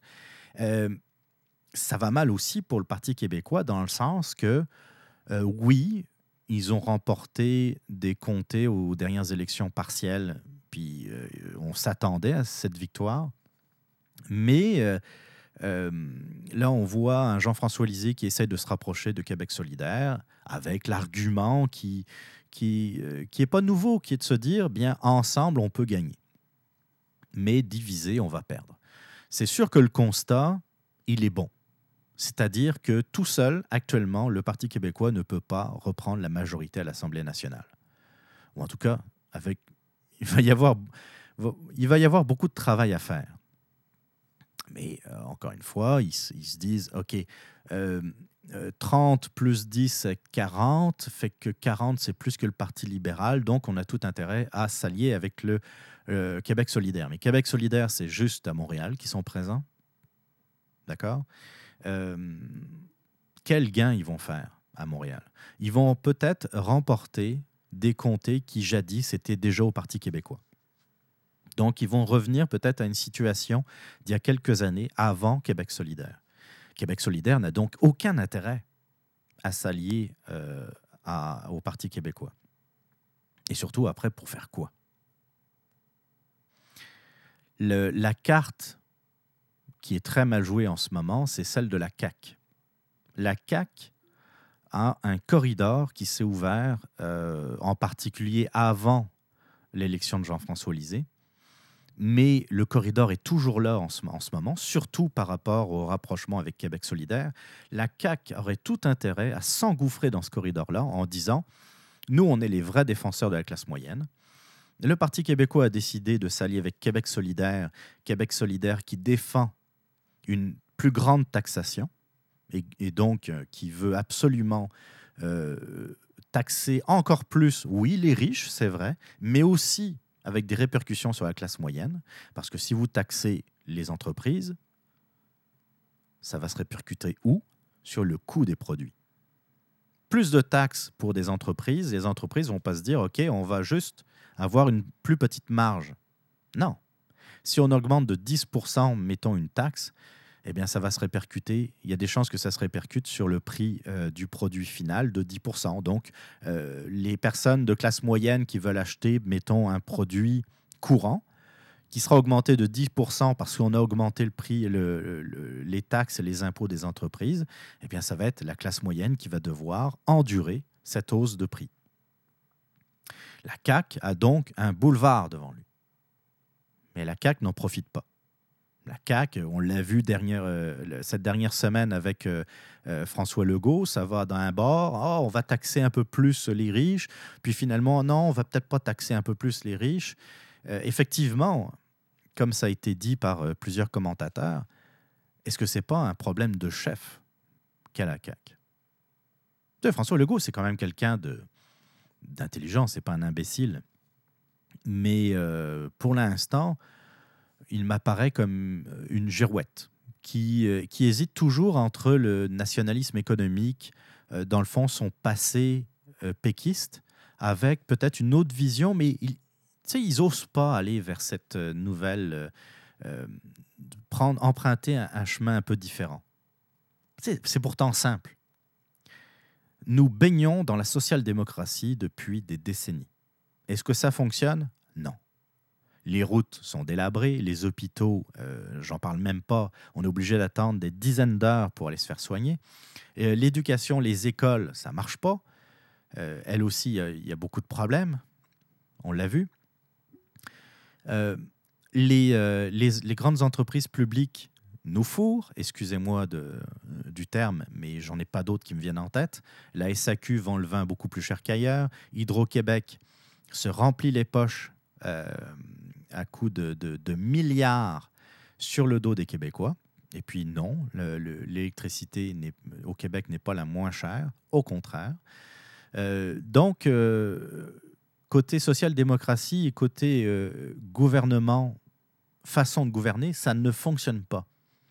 Ça va mal aussi pour le Parti québécois dans le sens que, oui, ils ont remporté des comtés aux dernières élections partielles, puis on s'attendait à cette victoire, mais... là, on voit un Jean-François Lisée qui essaie de se rapprocher de Québec solidaire avec l'argument qui est pas nouveau, qui est de se dire, bien, ensemble, on peut gagner. Mais divisé, on va perdre. C'est sûr que le constat, il est bon. C'est-à-dire que tout seul, actuellement, le Parti québécois ne peut pas reprendre la majorité à l'Assemblée nationale. Ou en tout cas, il va y avoir beaucoup de travail à faire. Mais encore une fois, ils se disent, OK, 30 plus 10, 40, fait que 40, c'est plus que le Parti libéral, donc on a tout intérêt à s'allier avec le Québec solidaire. Mais Québec solidaire, c'est juste à Montréal qui sont présents. D'accord? Quel gain ils vont faire à Montréal? Ils vont peut-être remporter des comtés qui jadis étaient déjà au Parti québécois. Donc, ils vont revenir peut-être à une situation d'il y a quelques années avant Québec solidaire. Québec solidaire n'a donc aucun intérêt à s'allier au Parti québécois. Et surtout, après, pour faire quoi? La carte qui est très mal jouée en ce moment, c'est celle de la CAQ. La CAQ a un corridor qui s'est ouvert, en particulier avant l'élection de Jean-François Lisée. Mais le corridor est toujours là en ce moment, surtout par rapport au rapprochement avec Québec solidaire. La CAQ aurait tout intérêt à s'engouffrer dans ce corridor-là en disant « Nous, on est les vrais défenseurs de la classe moyenne. » Le Parti québécois a décidé de s'allier avec Québec solidaire qui défend une plus grande taxation et donc qui veut absolument taxer encore plus, oui, les riches, c'est vrai, mais aussi avec des répercussions sur la classe moyenne, parce que si vous taxez les entreprises, ça va se répercuter où? Sur le coût des produits. Plus de taxes pour des entreprises, les entreprises ne vont pas se dire « OK, on va juste avoir une plus petite marge ». Non. Si on augmente de 10%, mettons une taxe, eh bien, ça va se répercuter. Il y a des chances que ça se répercute sur le prix du produit final de 10%. Donc, les personnes de classe moyenne qui veulent acheter, mettons, un produit courant, qui sera augmenté de 10% parce qu'on a augmenté le prix, les taxes et les impôts des entreprises, eh bien, ça va être la classe moyenne qui va devoir endurer cette hausse de prix. La CAQ a donc un boulevard devant lui. Mais la CAQ n'en profite pas. La CAQ, on l'a vu cette dernière semaine avec François Legault, ça va dans un bord, on va taxer un peu plus les riches, puis finalement, non, on va peut-être pas taxer un peu plus les riches. Effectivement, comme ça a été dit par plusieurs commentateurs, est-ce que c'est pas un problème de chef qu'a la CAQ? François Legault, c'est quand même quelqu'un d'intelligent, c'est pas un imbécile. Mais pour l'instant, il m'apparaît comme une girouette qui hésite toujours entre le nationalisme économique, dans le fond, son passé péquiste, avec peut-être une autre vision, mais ils n'osent pas aller vers cette nouvelle, emprunter un chemin un peu différent. C'est pourtant simple. Nous baignons dans la social-démocratie depuis des décennies. Est-ce que ça fonctionne? Non. Les routes sont délabrées, les hôpitaux, j'en parle même pas, on est obligé d'attendre des dizaines d'heures pour aller se faire soigner. L'éducation, les écoles, ça marche pas. Elles aussi, il y a beaucoup de problèmes, on l'a vu. Les grandes entreprises publiques nous fourrent, excusez-moi du terme, mais j'en ai pas d'autres qui me viennent en tête. La SAQ vend le vin beaucoup plus cher qu'ailleurs. Hydro-Québec se remplit les poches à coût de milliards sur le dos des Québécois. Et puis non, l'électricité au Québec n'est pas la moins chère, au contraire. Donc, côté social-démocratie et côté gouvernement, façon de gouverner, ça ne fonctionne pas.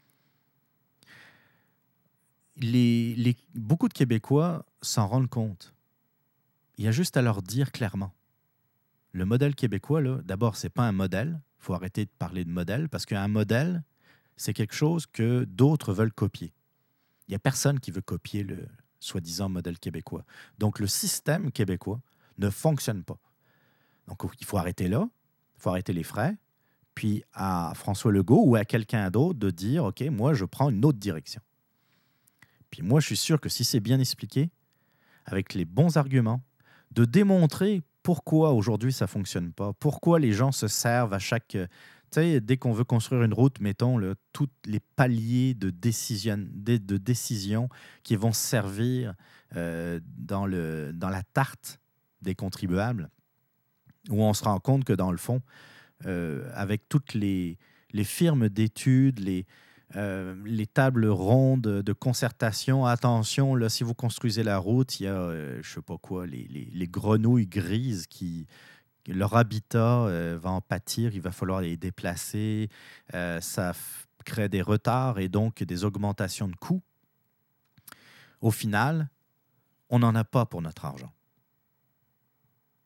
Beaucoup de Québécois s'en rendent compte. Il y a juste à leur dire clairement. Le modèle québécois, là, d'abord, ce n'est pas un modèle. Il faut arrêter de parler de modèle parce qu'un modèle, c'est quelque chose que d'autres veulent copier. Il n'y a personne qui veut copier le soi-disant modèle québécois. Donc, le système québécois ne fonctionne pas. Donc, il faut arrêter là. Il faut arrêter les frais. Puis, à François Legault ou à quelqu'un d'autre de dire « OK, moi, je prends une autre direction. » Puis moi, je suis sûr que si c'est bien expliqué, avec les bons arguments, de démontrer pourquoi aujourd'hui ça ne fonctionne pas, pourquoi les gens se servent à chaque... Tu sais, dès qu'on veut construire une route, mettons, tous les paliers de décision qui vont servir dans la tarte des contribuables, où on se rend compte que dans le fond, avec toutes les firmes d'études, les tables rondes de concertation, attention, là, si vous construisez la route, il y a, je ne sais pas quoi, les grenouilles grises leur habitat va en pâtir, il va falloir les déplacer, ça crée des retards et donc des augmentations de coûts. Au final, on n'en a pas pour notre argent.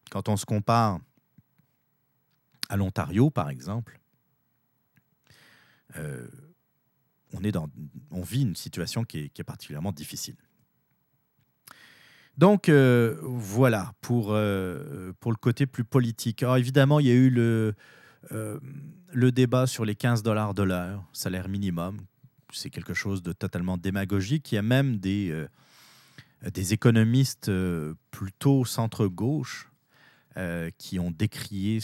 Quand on se compare à l'Ontario, par exemple, on vit une situation qui est particulièrement difficile. Donc, voilà, pour le côté plus politique. Alors, évidemment, il y a eu le débat sur les 15 $ de l'heure, salaire minimum. C'est quelque chose de totalement démagogique. Il y a même des économistes plutôt centre-gauche qui ont décrié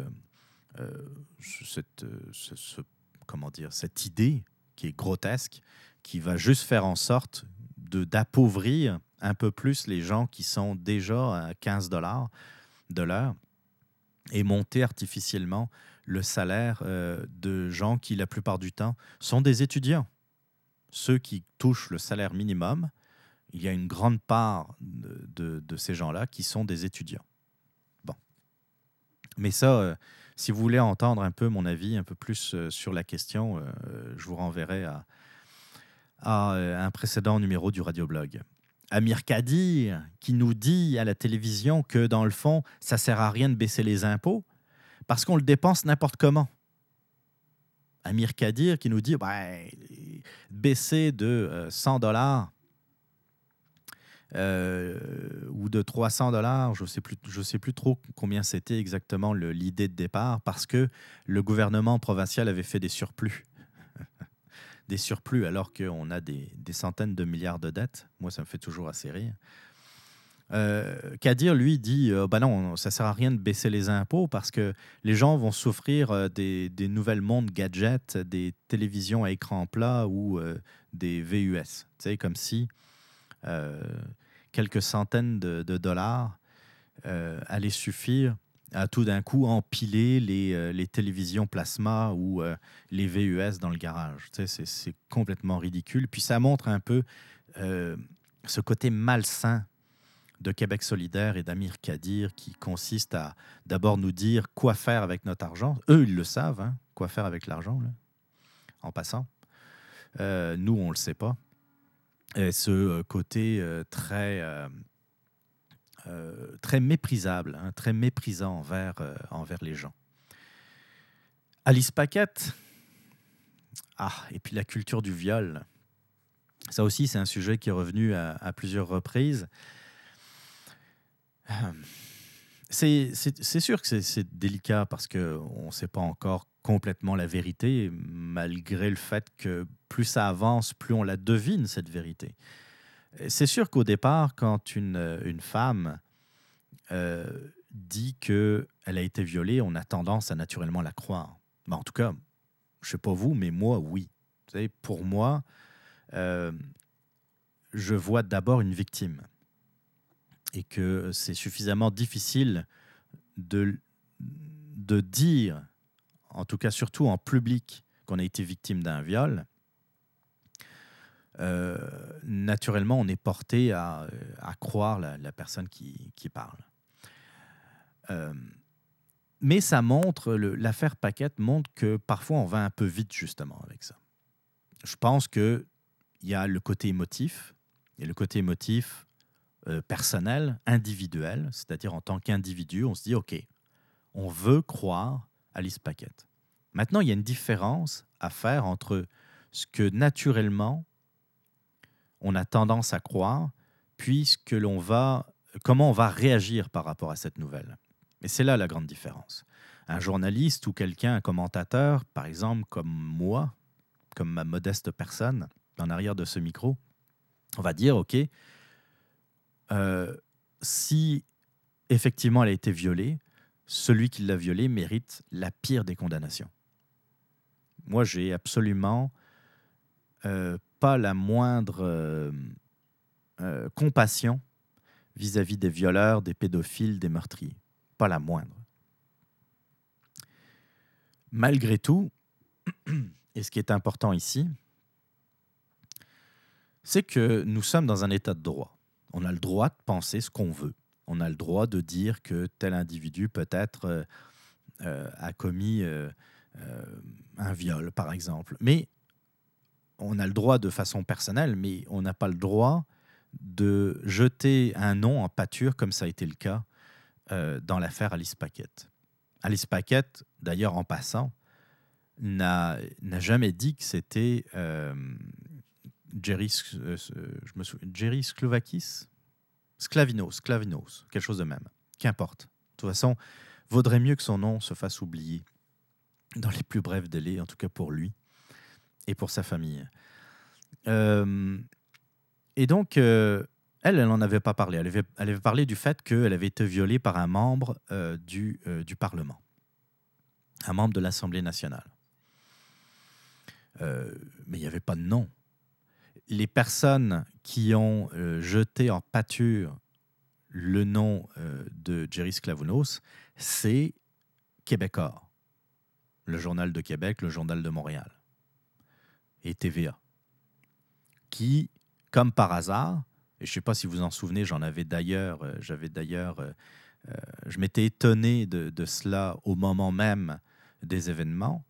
cette idée qui est grotesque, qui va juste faire en sorte d'appauvrir un peu plus les gens qui sont déjà à 15 $ de l'heure et monter artificiellement le salaire de gens qui, la plupart du temps, sont des étudiants. Ceux qui touchent le salaire minimum, il y a une grande part de ces gens-là qui sont des étudiants. Bon. Mais ça, si vous voulez entendre un peu mon avis un peu plus sur la question, je vous renverrai à un précédent numéro du Radioblog. Amir Kadir, qui nous dit à la télévision que, dans le fond, ça ne sert à rien de baisser les impôts parce qu'on le dépense n'importe comment. Amir Kadir qui nous dit baisser de 100 $ ou de 300 $, je sais plus trop combien c'était exactement l'idée de départ, parce que le gouvernement provincial avait fait des surplus. Des surplus alors qu'on a des centaines de milliards de dettes. Moi, ça me fait toujours assez rire. Kadir, lui, dit non, ça ne sert à rien de baisser les impôts parce que les gens vont souffrir des nouvelles montres gadgets, des télévisions à écran plat ou des VUS. Tu sais, comme si quelques centaines de dollars allaient suffire à tout d'un coup empiler les télévisions plasma ou les VUS dans le garage. Tu sais, c'est complètement ridicule. Puis ça montre un peu ce côté malsain de Québec solidaire et d'Amir Kadir, qui consiste à d'abord nous dire quoi faire avec notre argent. Eux, ils le savent, hein, quoi faire avec l'argent, là, en passant. Nous, on ne le sait pas. Et ce côté très méprisable, hein, très méprisant envers les gens. Alice Paquette, et puis la culture du viol. Ça aussi, c'est un sujet qui est revenu à plusieurs reprises. C'est sûr que c'est délicat parce qu'on ne sait pas encore complètement la vérité, malgré le fait que plus ça avance, plus on la devine, cette vérité. C'est sûr qu'au départ, quand une femme dit qu'elle a été violée, on a tendance à naturellement la croire. En tout cas, je ne sais pas vous, mais moi, oui. Vous savez, pour moi, je vois d'abord une victime. Et que c'est suffisamment difficile de dire, en tout cas surtout en public, qu'on a été victime d'un viol. Naturellement, on est porté à croire la personne qui parle. Mais ça montre, l'affaire Paquette montre que parfois on va un peu vite justement avec ça. Je pense qu'il y a le côté émotif, et le côté émotif personnel, individuel, c'est-à-dire en tant qu'individu, on se dit, OK, on veut croire Alice Paquette. Maintenant, il y a une différence à faire entre ce que naturellement on a tendance à croire, puis comment on va réagir par rapport à cette nouvelle. Et c'est là la grande différence. Un journaliste ou quelqu'un, un commentateur, par exemple, comme moi, comme ma modeste personne, en arrière de ce micro, on va dire, OK, si effectivement elle a été violée, celui qui l'a violée mérite la pire des condamnations. Moi, j'ai absolument pas la moindre compassion vis-à-vis des violeurs, des pédophiles, des meurtriers. Pas la moindre. Malgré tout, et ce qui est important ici, c'est que nous sommes dans un état de droit. On a le droit de penser ce qu'on veut. On a le droit de dire que tel individu peut-être a commis un viol, par exemple. Mais on a le droit de façon personnelle, mais on n'a pas le droit de jeter un nom en pâture, comme ça a été le cas dans l'affaire Alice Paquette. Alice Paquette, d'ailleurs, en passant, n'a jamais dit que c'était Jerry Sklavinos, quelque chose de même. Qu'importe. De toute façon, vaudrait mieux que son nom se fasse oublier dans les plus brefs délais, en tout cas pour lui et pour sa famille. Et donc, elle n'en avait pas parlé. Elle avait parlé du fait qu'elle avait été violée par un membre du Parlement, un membre de l'Assemblée nationale. Mais il n'y avait pas de nom. Les personnes qui ont jeté en pâture le nom de Jerry Sklavounos, c'est Québecor, le Journal de Québec, le Journal de Montréal et TVA, qui, comme par hasard, et je ne sais pas si vous en souvenez, je m'étais étonné de cela au moment même des événements,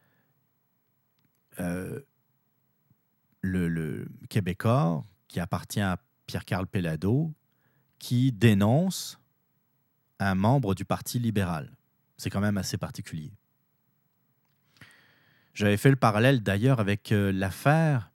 le Québecor, qui appartient à Pierre-Carl Péladeau, qui dénonce un membre du Parti libéral. C'est quand même assez particulier. J'avais fait le parallèle d'ailleurs avec l'affaire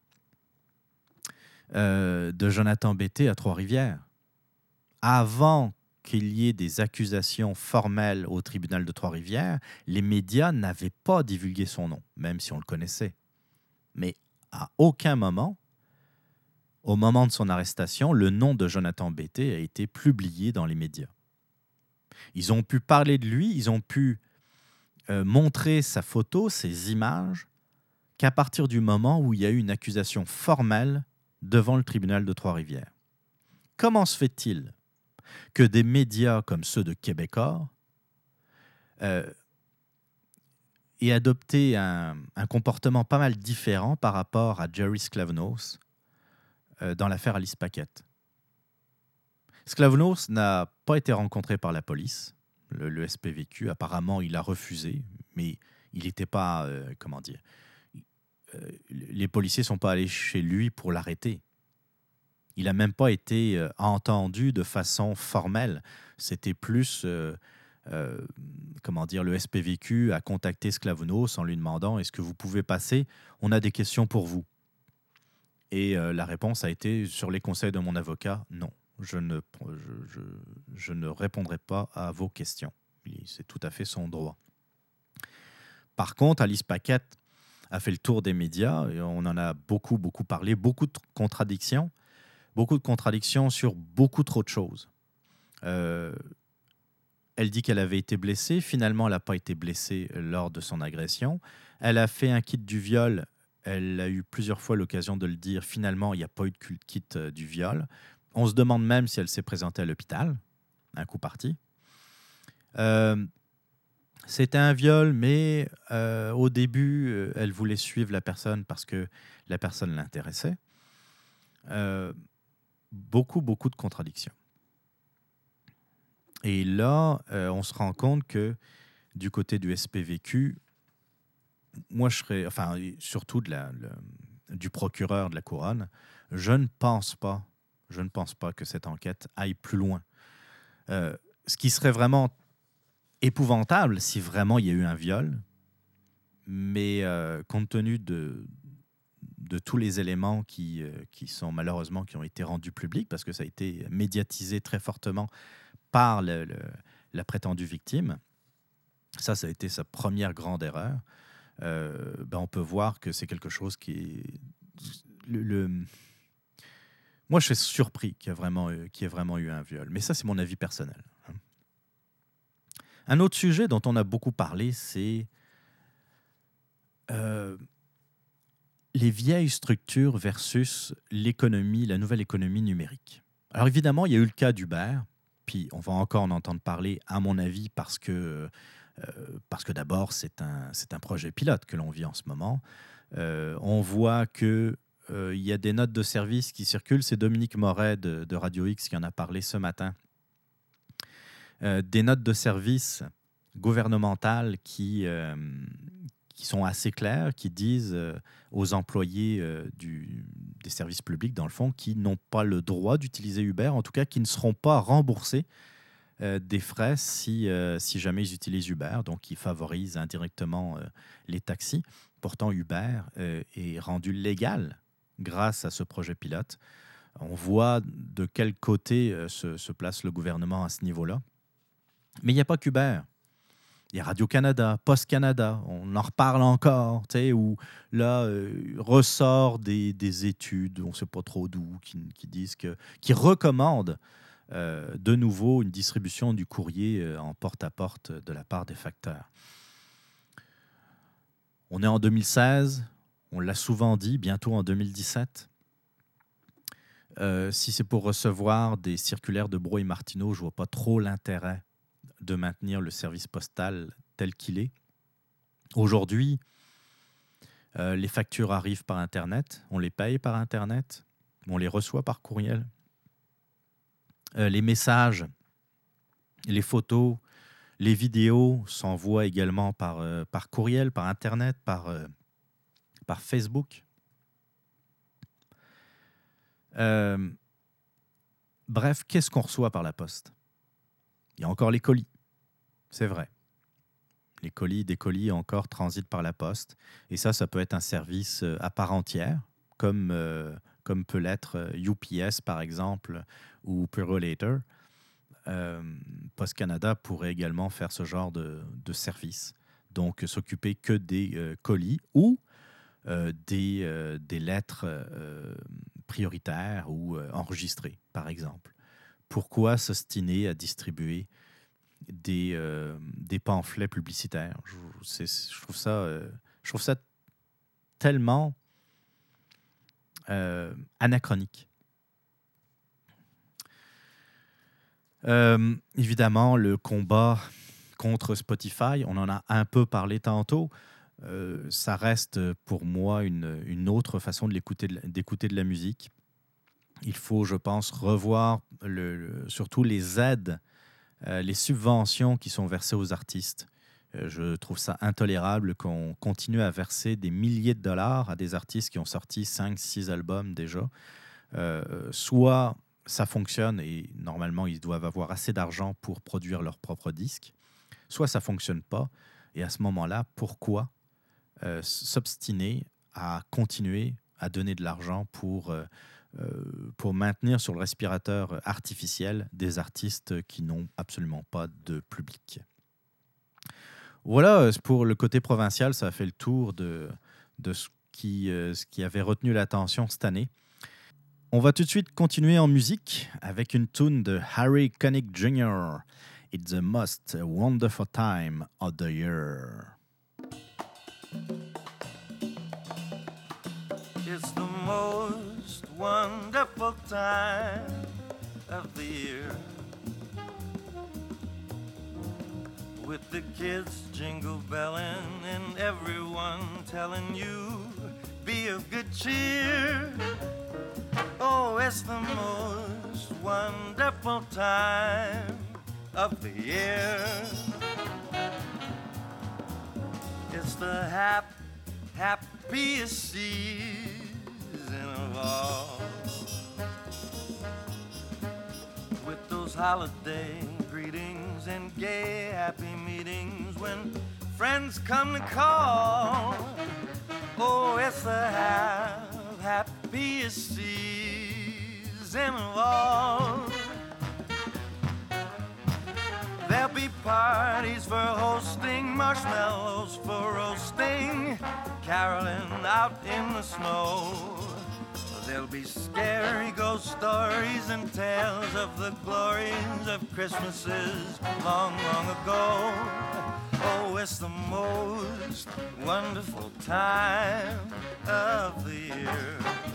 de Jonathan Betté à Trois-Rivières. Avant qu'il y ait des accusations formelles au tribunal de Trois-Rivières, les médias n'avaient pas divulgué son nom, même si on le connaissait. Mais à aucun moment, au moment de son arrestation, le nom de Jonathan Betté a été publié dans les médias. Ils ont pu parler de lui, ils ont pu montrer sa photo, ses images, qu'à partir du moment où il y a eu une accusation formelle devant le tribunal de Trois-Rivières. Comment se fait-il que des médias comme ceux de Québecor aient adopté un comportement pas mal différent par rapport à Jerry Sklavounos dans l'affaire Alice Paquette? Sklavounos n'a pas été rencontré par la police. Le SPVQ, apparemment, il a refusé, mais il n'était pas... les policiers ne sont pas allés chez lui pour l'arrêter. Il n'a même pas été entendu de façon formelle. C'était plus... le SPVQ a contacté Sklavounos en lui demandant « Est-ce que vous pouvez passer? On a des questions pour vous. » Et la réponse a été, sur les conseils de mon avocat, non. Je ne répondrai pas à vos questions. C'est tout à fait son droit. Par contre, Alice Paquette a fait le tour des médias et on en a beaucoup parlé, beaucoup de contradictions sur beaucoup trop de choses. Elle dit qu'elle avait été blessée. Finalement, elle n'a pas été blessée lors de son agression. Elle a fait un kit du viol. Elle a eu plusieurs fois l'occasion de le dire. Finalement, il n'y a pas eu de kit du viol. On se demande même si elle s'est présentée à l'hôpital. Un coup parti. C'était un viol, mais au début, elle voulait suivre la personne parce que la personne l'intéressait. Beaucoup de contradictions. Et là, on se rend compte que du côté du SPVQ, moi, surtout du procureur de la Couronne, je ne pense pas que cette enquête aille plus loin. Ce qui serait vraiment épouvantable si vraiment il y a eu un viol, mais compte tenu de tous les éléments qui ont été rendus publics, parce que ça a été médiatisé très fortement par la prétendue victime, ça a été sa première grande erreur. On peut voir que c'est quelque chose qui est... Moi, je suis surpris qu'il y ait vraiment eu un viol. Mais ça, c'est mon avis personnel. Un autre sujet dont on a beaucoup parlé, c'est les vieilles structures versus l'économie, la nouvelle économie numérique. Alors évidemment, il y a eu le cas d'Uber, puis on va encore en entendre parler, à mon avis, parce que d'abord, c'est un projet pilote que l'on vit en ce moment. On voit qu'il y a des notes de service qui circulent. C'est Dominique Moret de Radio X qui en a parlé ce matin. Des notes de service gouvernementales qui sont assez claires, qui disent aux employés des services publics, dans le fond, qui n'ont pas le droit d'utiliser Uber, en tout cas qui ne seront pas remboursés des frais si jamais ils utilisent Uber, donc ils favorisent indirectement les taxis. Pourtant, Uber est rendu légal grâce à ce projet pilote. On voit de quel côté se place le gouvernement à ce niveau-là. Mais il n'y a pas qu'Uber. Il y a Radio-Canada, Post-Canada, on en reparle encore, où là, ressort des études, on ne sait pas trop d'où, qui recommandent de nouveau une distribution du courrier en porte-à-porte de la part des facteurs. On est en 2016, on l'a souvent dit, bientôt en 2017. Si c'est pour recevoir des circulaires de Brault et Martineau, je ne vois pas trop l'intérêt de maintenir le service postal tel qu'il est. Aujourd'hui, les factures arrivent par Internet, on les paye par Internet, on les reçoit par courriel. Les messages, les photos, les vidéos s'envoient également par courriel, par Internet, par Facebook. Bref, qu'est-ce qu'on reçoit par la poste? Il y a encore les colis, c'est vrai. Des colis encore transitent par la poste. Et ça peut être un service à part entière, comme peut l'être UPS, par exemple, ou Purolator. Post Canada pourrait également faire ce genre de service. Donc, s'occuper que des colis ou des lettres prioritaires ou enregistrées, par exemple. Pourquoi s'ostiner à distribuer des pamphlets publicitaires? Je trouve ça tellement anachronique. Évidemment, le combat contre Spotify, on en a un peu parlé tantôt. Ça reste pour moi une autre façon d'écouter de la musique. Il faut, je pense, revoir surtout les aides, les subventions qui sont versées aux artistes. Je trouve ça intolérable qu'on continue à verser des milliers de dollars à des artistes qui ont sorti 5-6 albums déjà. Soit ça fonctionne et normalement ils doivent avoir assez d'argent pour produire leurs propres disques, soit ça ne fonctionne pas. Et à ce moment-là, pourquoi s'obstiner à continuer à donner de l'argent pour maintenir sur le respirateur artificiel des artistes qui n'ont absolument pas de public? Voilà, pour le côté provincial, ça a fait le tour de ce qui avait retenu l'attention cette année. On va tout de suite continuer en musique avec une tune de Harry Connick Jr. It's the most wonderful time of the year. It's the most wonderful time of the year, with the kids jingle belling and everyone telling you be of good cheer. Oh, it's the most wonderful time of the year. It's the happiest season of all, with those holiday greetings and gay happy meetings when friends come to call. Oh, it's the happiest season of all. There'll be parties for hosting, marshmallows for roasting, caroling out in the snow. There'll be scary ghost stories and tales of the glories of Christmases long, long ago. Oh, it's the most wonderful time of the year.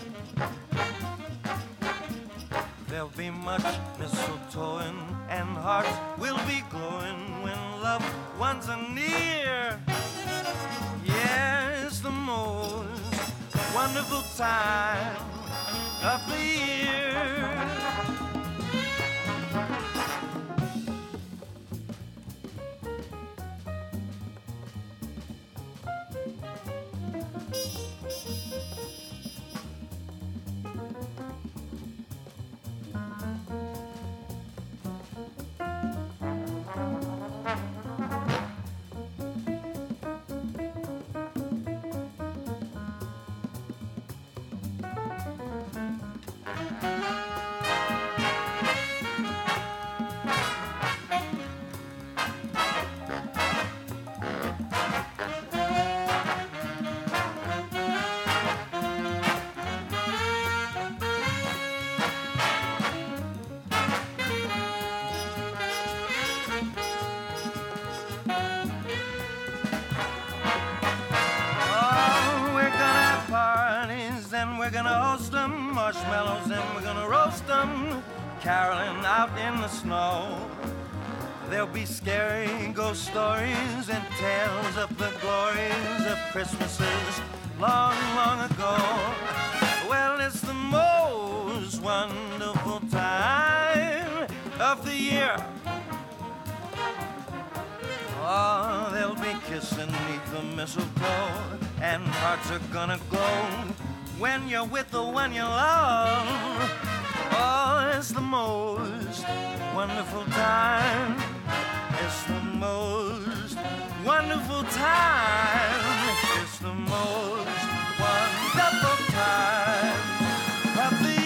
There'll be much mistletoeing and hearts will be glowing when loved ones are near. Yeah, it's the most wonderful time of the year. we're gonna host them, marshmallows and we're gonna roast them, caroling out in the snow. There'll be scary ghost stories and tales of the glories of Christmases long, long ago. Well, it's the most wonderful time of the year. Oh, they'll be kissing neath the mistletoe, and hearts are gonna glow when you're with the one you love. Oh, it's the most wonderful time. It's the most wonderful time. It's the most wonderful time of the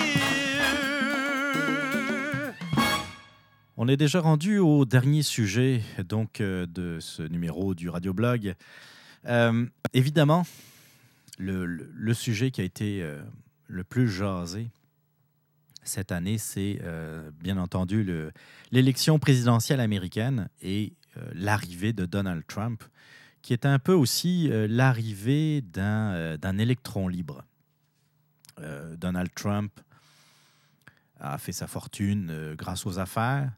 year. On est déjà rendu au dernier sujet donc, de ce numéro du Radioblog. Évidemment, le sujet qui a été le plus jasé cette année, c'est bien entendu l'élection présidentielle américaine et l'arrivée de Donald Trump, qui est un peu aussi l'arrivée d'un électron libre. Donald Trump a fait sa fortune grâce aux affaires.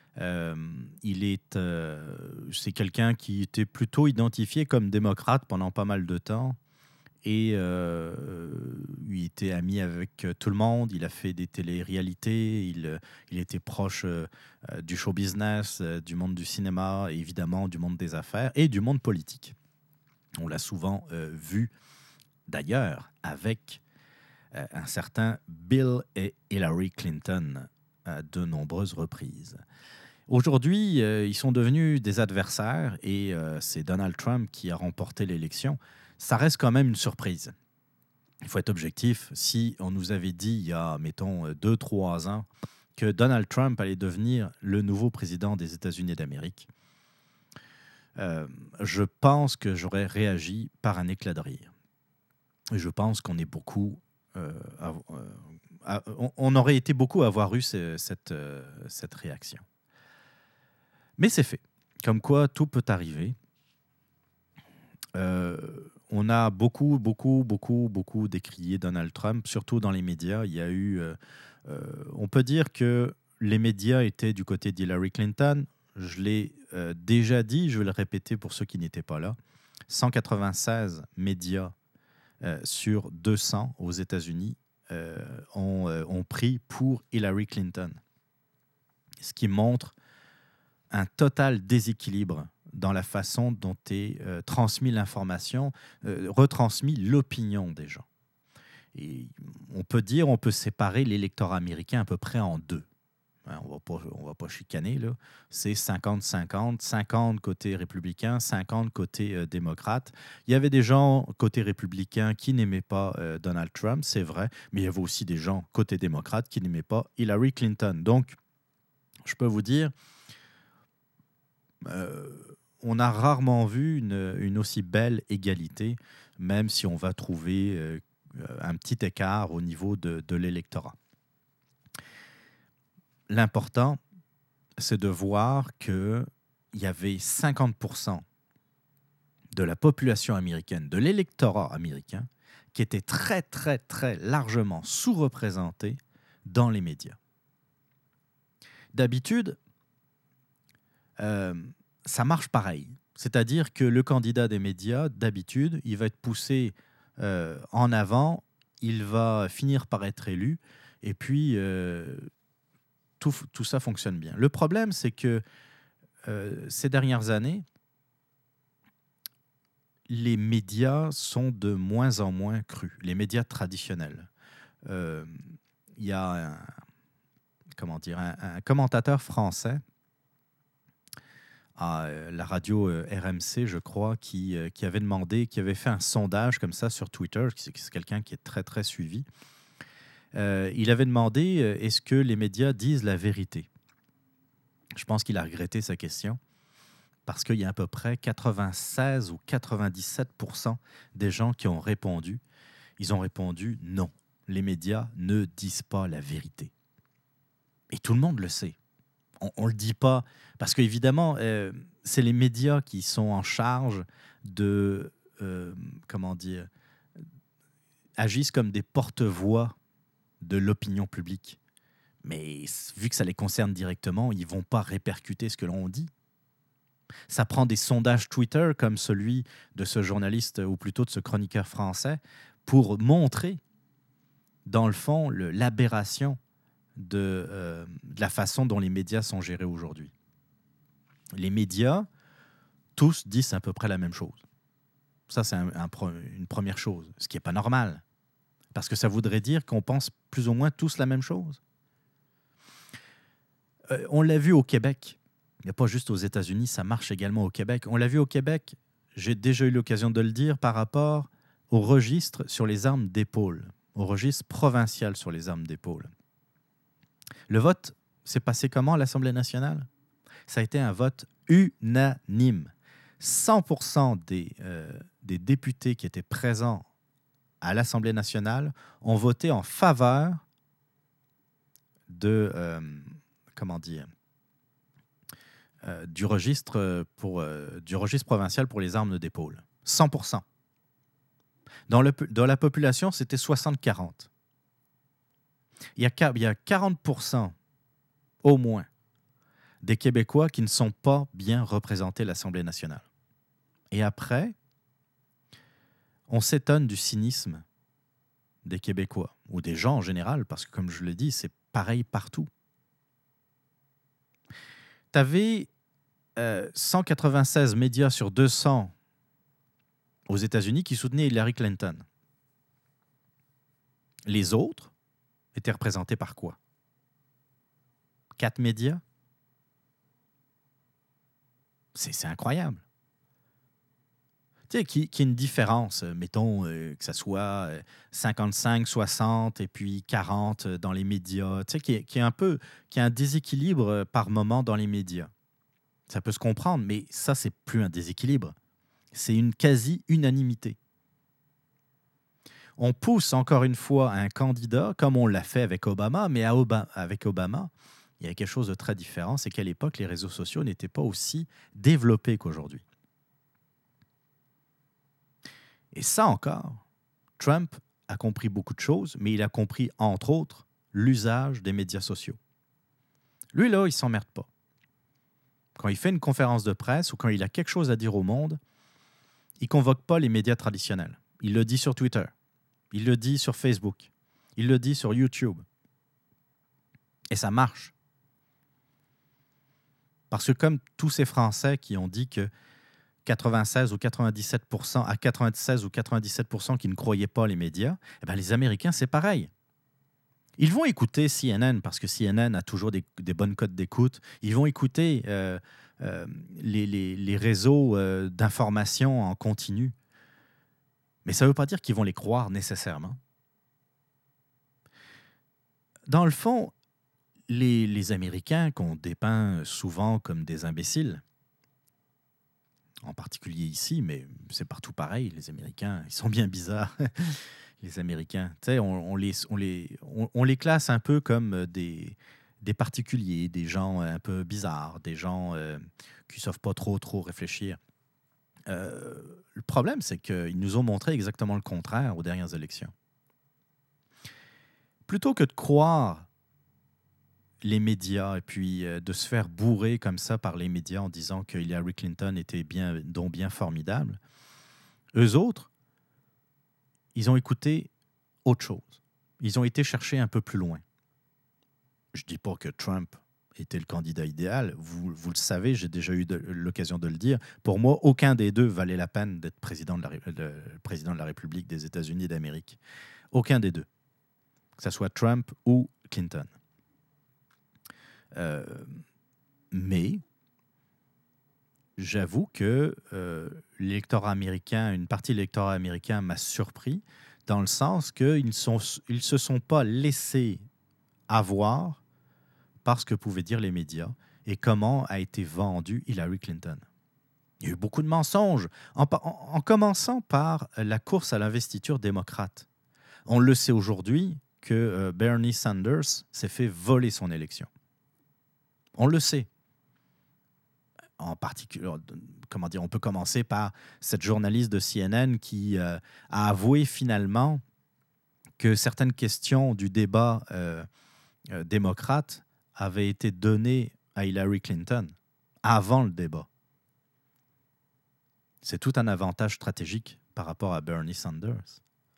C'est quelqu'un qui était plutôt identifié comme démocrate pendant pas mal de temps. Et il était ami avec tout le monde, il a fait des télé-réalités, il était proche du show business, du monde du cinéma, et évidemment du monde des affaires et du monde politique. On l'a souvent vu d'ailleurs avec un certain Bill et Hillary Clinton à de nombreuses reprises. Aujourd'hui, ils sont devenus des adversaires et c'est Donald Trump qui a remporté l'élection. Ça reste quand même une surprise. Il faut être objectif. Si on nous avait dit il y a, mettons, 2-3 ans que Donald Trump allait devenir le nouveau président des États-Unis d'Amérique, je pense que j'aurais réagi par un éclat de rire. Et je pense qu'on est beaucoup... on aurait été beaucoup à avoir eu cette réaction. Mais c'est fait. Comme quoi, tout peut arriver. On a beaucoup décrié Donald Trump, surtout dans les médias. Il y a eu, on peut dire que les médias étaient du côté d'Hillary Clinton. Je l'ai déjà dit, je vais le répéter pour ceux qui n'étaient pas là. 196 médias sur 200 aux États-Unis ont pris pour Hillary Clinton. Ce qui montre un total déséquilibre dans la façon dont est transmis l'information, retransmis l'opinion des gens. Et on peut séparer l'électorat américain à peu près en deux. Hein, on va pas chicaner, là. C'est 50-50, 50 côté républicain, 50 côté démocrate. Il y avait des gens côté républicain qui n'aimaient pas Donald Trump, c'est vrai, mais il y avait aussi des gens côté démocrate qui n'aimaient pas Hillary Clinton. Donc, je peux vous dire... on a rarement vu une aussi belle égalité, même si on va trouver un petit écart au niveau de l'électorat. L'important, c'est de voir qu'il y avait 50% de la population américaine, de l'électorat américain, qui était très, très, très largement sous-représenté dans les médias. D'habitude, ça marche pareil. C'est-à-dire que le candidat des médias, d'habitude, il va être poussé en avant, il va finir par être élu, et puis tout ça fonctionne bien. Le problème, c'est que ces dernières années, les médias sont de moins en moins crus, les médias traditionnels. Il y a un commentateur français à la radio RMC, je crois, qui avait fait un sondage comme ça sur Twitter, c'est quelqu'un qui est très, très suivi. Il avait demandé, est-ce que les médias disent la vérité? Je pense qu'il a regretté sa question, parce qu'il y a à peu près 96 ou 97% des gens qui ont répondu. Ils ont répondu non, les médias ne disent pas la vérité. Et tout le monde le sait. On ne le dit pas, parce qu'évidemment, c'est les médias qui sont en charge de, agissent comme des porte-voix de l'opinion publique. Mais vu que ça les concerne directement, ils ne vont pas répercuter ce que l'on dit. Ça prend des sondages Twitter comme celui de ce journaliste, ou plutôt de ce chroniqueur français, pour montrer, dans le fond, l'aberration de la façon dont les médias sont gérés aujourd'hui. Les médias, tous disent à peu près la même chose. Ça, c'est une première chose, ce qui n'est pas normal. Parce que ça voudrait dire qu'on pense plus ou moins tous la même chose. On l'a vu au Québec. Il n'y a pas juste aux États-Unis, ça marche également au Québec. On l'a vu au Québec, j'ai déjà eu l'occasion de le dire, par rapport au registre sur les armes d'épaule, au registre provincial sur les armes d'épaule. Le vote s'est passé comment à l'Assemblée nationale? Ça a été un vote unanime. 100% des députés qui étaient présents à l'Assemblée nationale ont voté en faveur de... du registre provincial pour les armes d'épaule. 100%. Dans la population, c'était 60-40. Il y a 40% au moins des Québécois qui ne sont pas bien représentés à l'Assemblée nationale. Et après, on s'étonne du cynisme des Québécois, ou des gens en général, parce que comme je le dis, c'est pareil partout. Tu avais 196 médias sur 200 aux États-Unis qui soutenaient Hillary Clinton. Les autres étaient représentés par quoi? 4 médias? C'est incroyable. Tu sais, qu'il y ait une différence, mettons que ça soit 55, 60 et puis 40 dans les médias, tu sais, qu'il y ait un déséquilibre par moment dans les médias. Ça peut se comprendre, mais ça, c'est plus un déséquilibre. C'est une quasi-unanimité. On pousse encore une fois un candidat, comme on l'a fait avec Obama, mais avec Obama, il y a quelque chose de très différent, c'est qu'à l'époque, les réseaux sociaux n'étaient pas aussi développés qu'aujourd'hui. Et ça encore, Trump a compris beaucoup de choses, mais il a compris, entre autres, l'usage des médias sociaux. Lui, là, il ne s'emmerde pas. Quand il fait une conférence de presse ou quand il a quelque chose à dire au monde, il ne convoque pas les médias traditionnels. Il le dit sur Twitter, il le dit sur Facebook, il le dit sur YouTube. Et ça marche. Parce que comme tous ces Français qui ont dit que 96 ou 97% qui ne croyaient pas les médias, eh bien, les Américains, c'est pareil. Ils vont écouter CNN parce que CNN a toujours des bonnes cotes d'écoute. Ils vont écouter les réseaux d'information en continu. Mais ça ne veut pas dire qu'ils vont les croire nécessairement. Dans le fond, les Américains qu'on dépeint souvent comme des imbéciles, en particulier ici, mais c'est partout pareil, les Américains, ils sont bien bizarres, les Américains. Tu sais, on les classe un peu comme des particuliers, des gens un peu bizarres, des gens qui ne savent pas trop réfléchir. Le problème, c'est qu'ils nous ont montré exactement le contraire aux dernières élections. Plutôt que de croire les médias et puis de se faire bourrer comme ça par les médias en disant que Hillary Clinton était bien formidable, eux autres, ils ont écouté autre chose. Ils ont été chercher un peu plus loin. Je ne dis pas que Trump était le candidat idéal. Vous le savez, j'ai déjà eu l'occasion de le dire. Pour moi, aucun des deux valait la peine d'être président de la République des États-Unis d'Amérique. Aucun des deux. Que ce soit Trump ou Clinton. Mais j'avoue que l'électorat américain, une partie de l'électorat américain m'a surpris dans le sens qu'ils ne se sont pas laissés avoir par ce que pouvaient dire les médias et comment a été vendue Hillary Clinton. Il y a eu beaucoup de mensonges, en commençant par la course à l'investiture démocrate. On le sait aujourd'hui que Bernie Sanders s'est fait voler son élection. On le sait. En particulier, on peut commencer par cette journaliste de CNN qui a avoué finalement que certaines questions du débat démocrate avaient été données à Hillary Clinton avant le débat. C'est tout un avantage stratégique par rapport à Bernie Sanders.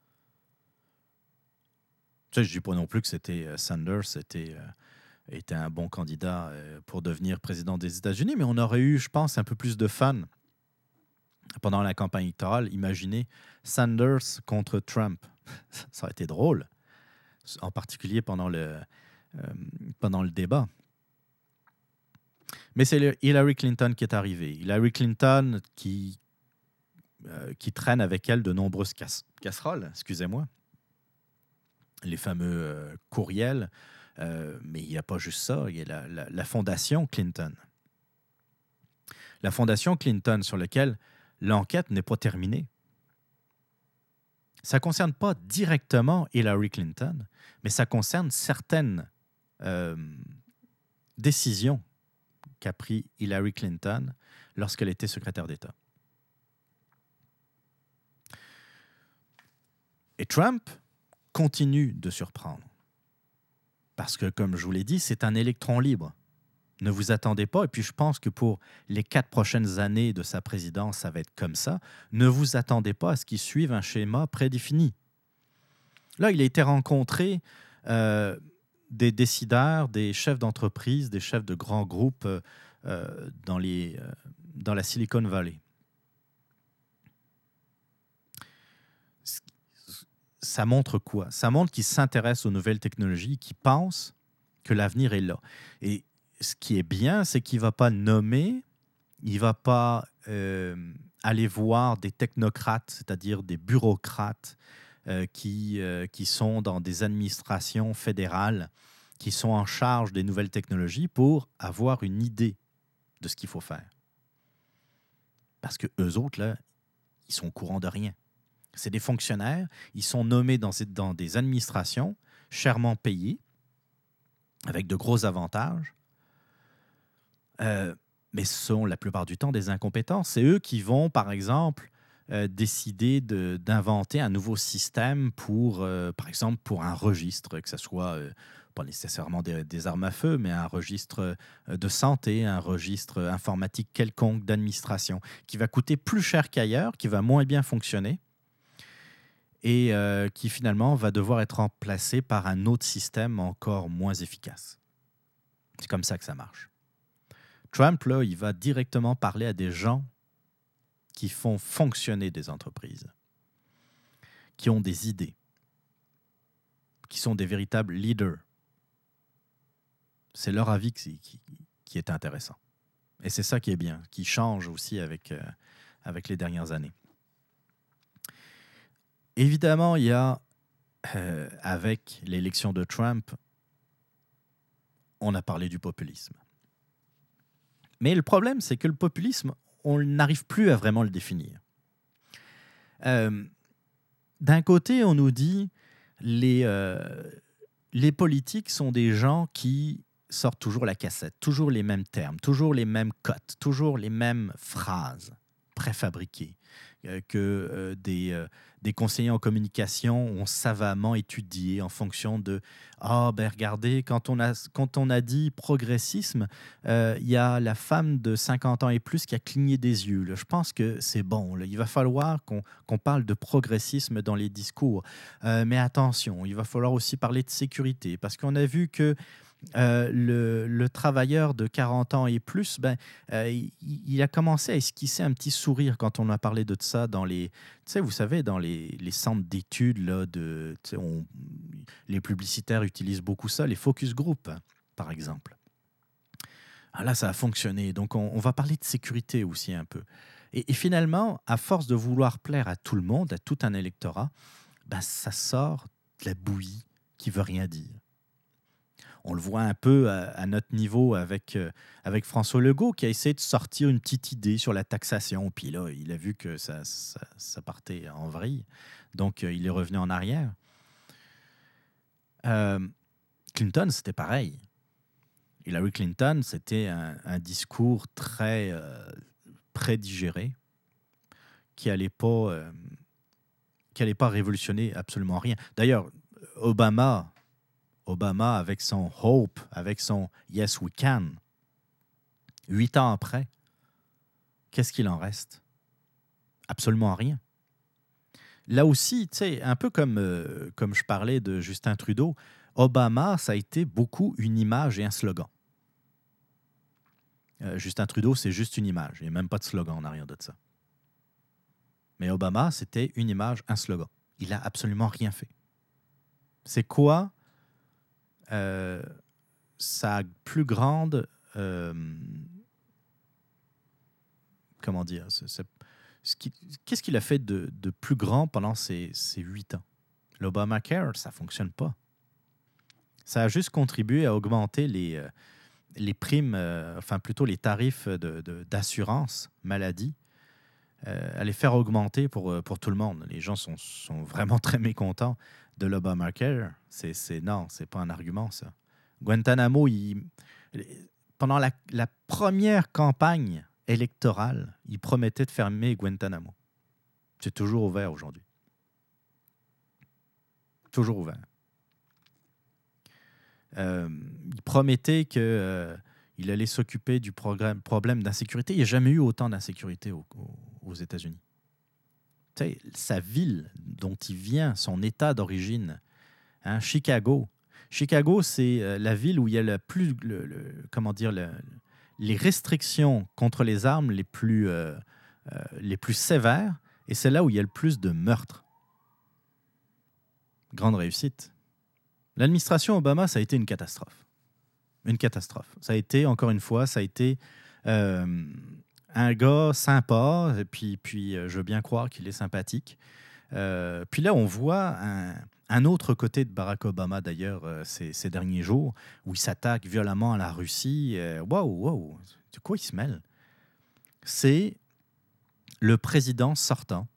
Tu sais, je ne dis pas non plus que Sanders était un bon candidat pour devenir président des États-Unis, mais on aurait eu, je pense, un peu plus de fun pendant la campagne électorale. Imaginez Sanders contre Trump. Ça aurait été drôle, en particulier pendant le débat. Mais c'est Hillary Clinton qui est arrivée. Hillary Clinton qui traîne avec elle de nombreuses casseroles, excusez-moi. Les fameux courriels. Mais il n'y a pas juste ça. Il y a la fondation Clinton. La fondation Clinton sur laquelle l'enquête n'est pas terminée. Ça ne concerne pas directement Hillary Clinton, mais ça concerne certaines décisions qu'a pris Hillary Clinton lorsqu'elle était secrétaire d'État. Et Trump continue de surprendre. Parce que, comme je vous l'ai dit, c'est un électron libre. Ne vous attendez pas, et puis je pense que pour les 4 prochaines années de sa présidence, ça va être comme ça. Ne vous attendez pas à ce qu'il suive un schéma prédéfini. Là, il a été rencontré des décideurs, des chefs d'entreprise, des chefs de grands groupes dans la Silicon Valley. Ça montre quoi? Ça montre qu'ils s'intéressent aux nouvelles technologies, qu'ils pensent que l'avenir est là. Et ce qui est bien, c'est qu'il ne va pas nommer, il ne va pas aller voir des technocrates, c'est-à-dire des bureaucrates qui sont dans des administrations fédérales, qui sont en charge des nouvelles technologies pour avoir une idée de ce qu'il faut faire. Parce qu'eux autres, là, ils sont au courant de rien. C'est des fonctionnaires, ils sont nommés dans des administrations chèrement payées, avec de gros avantages, mais ce sont la plupart du temps des incompétents. C'est eux qui vont, par exemple, décider d'inventer un nouveau système par exemple, pour un registre, que ce soit pas nécessairement des armes à feu, mais un registre de santé, un registre informatique quelconque d'administration, qui va coûter plus cher qu'ailleurs, qui va moins bien fonctionner, et qui finalement va devoir être remplacé par un autre système encore moins efficace. C'est comme ça que ça marche. Trump, là, il va directement parler à des gens qui font fonctionner des entreprises, qui ont des idées, qui sont des véritables leaders. C'est leur avis qui est intéressant. Et c'est ça qui est bien, qui change aussi avec les dernières années. Évidemment, il y a, avec l'élection de Trump, on a parlé du populisme. Mais le problème, c'est que le populisme, on n'arrive plus à vraiment le définir. D'un côté, on nous dit les politiques sont des gens qui sortent toujours la cassette, toujours les mêmes termes, toujours les mêmes cotes, toujours les mêmes phrases préfabriquées que des conseillers en communication ont savamment étudié en fonction de « Ah, ben regardez, quand on a dit progressisme, il y a la femme de 50 ans et plus qui a cligné des yeux. Là. Je pense que c'est bon. Là. Il va falloir qu'on parle de progressisme dans les discours. Mais attention, il va falloir aussi parler de sécurité parce qu'on a vu que le travailleur de 40 ans et plus, il a commencé à esquisser un petit sourire quand on a parlé de ça dans les, vous savez, dans les centres d'études là, les publicitaires utilisent beaucoup ça, les focus group, par exemple. Alors là, ça a fonctionné. Donc, on va parler de sécurité aussi un peu. Et finalement, à force de vouloir plaire à tout le monde, à tout un électorat, ça sort de la bouillie qui veut rien dire. On le voit un peu à notre niveau avec François Legault qui a essayé de sortir une petite idée sur la taxation. Puis là, il a vu que ça partait en vrille. Donc, il est revenu en arrière. Clinton, c'était pareil. Hillary Clinton, c'était un discours très prédigéré qui n'allait pas révolutionner absolument rien. D'ailleurs, Obama avec son Hope, avec son Yes We Can, 8 ans après, qu'est-ce qu'il en reste? Absolument rien. Là aussi, tu sais, un peu comme je parlais de Justin Trudeau, Obama, ça a été beaucoup une image et un slogan. Justin Trudeau, c'est juste une image. Il n'y a même pas de slogan en arrière de ça. Mais Obama, c'était une image, un slogan. Il n'a absolument rien fait. C'est quoi sa plus grande... comment dire? Qu'est-ce qu'il a fait de plus grand pendant ces 8 ans? L'Obamacare, ça ne fonctionne pas. Ça a juste contribué à augmenter les primes, enfin plutôt les tarifs d'assurance maladie, à les faire augmenter pour tout le monde. Les gens sont vraiment très mécontents de l'Obamacare. Non, c'est pas un argument, ça. Guantanamo, pendant la première campagne électorale, il promettait de fermer Guantanamo. C'est toujours ouvert aujourd'hui. Toujours ouvert. Il promettait qu'il allait s'occuper du problème d'insécurité. Il n'y a jamais eu autant d'insécurité aux États-Unis. Tu sais, sa ville dont il vient, son état d'origine, hein, Chicago. Chicago, c'est la ville où il y a les restrictions contre les armes les plus sévères, et c'est là où il y a le plus de meurtres. Grande réussite. L'administration Obama, ça a été une catastrophe. Une catastrophe. Ça a été, encore une fois, un gars sympa, et puis je veux bien croire qu'il est sympathique. Puis là, on voit un autre côté de Barack Obama, d'ailleurs, ces derniers jours, où il s'attaque violemment à la Russie. Wow, de quoi il se mêle? C'est le président sortant.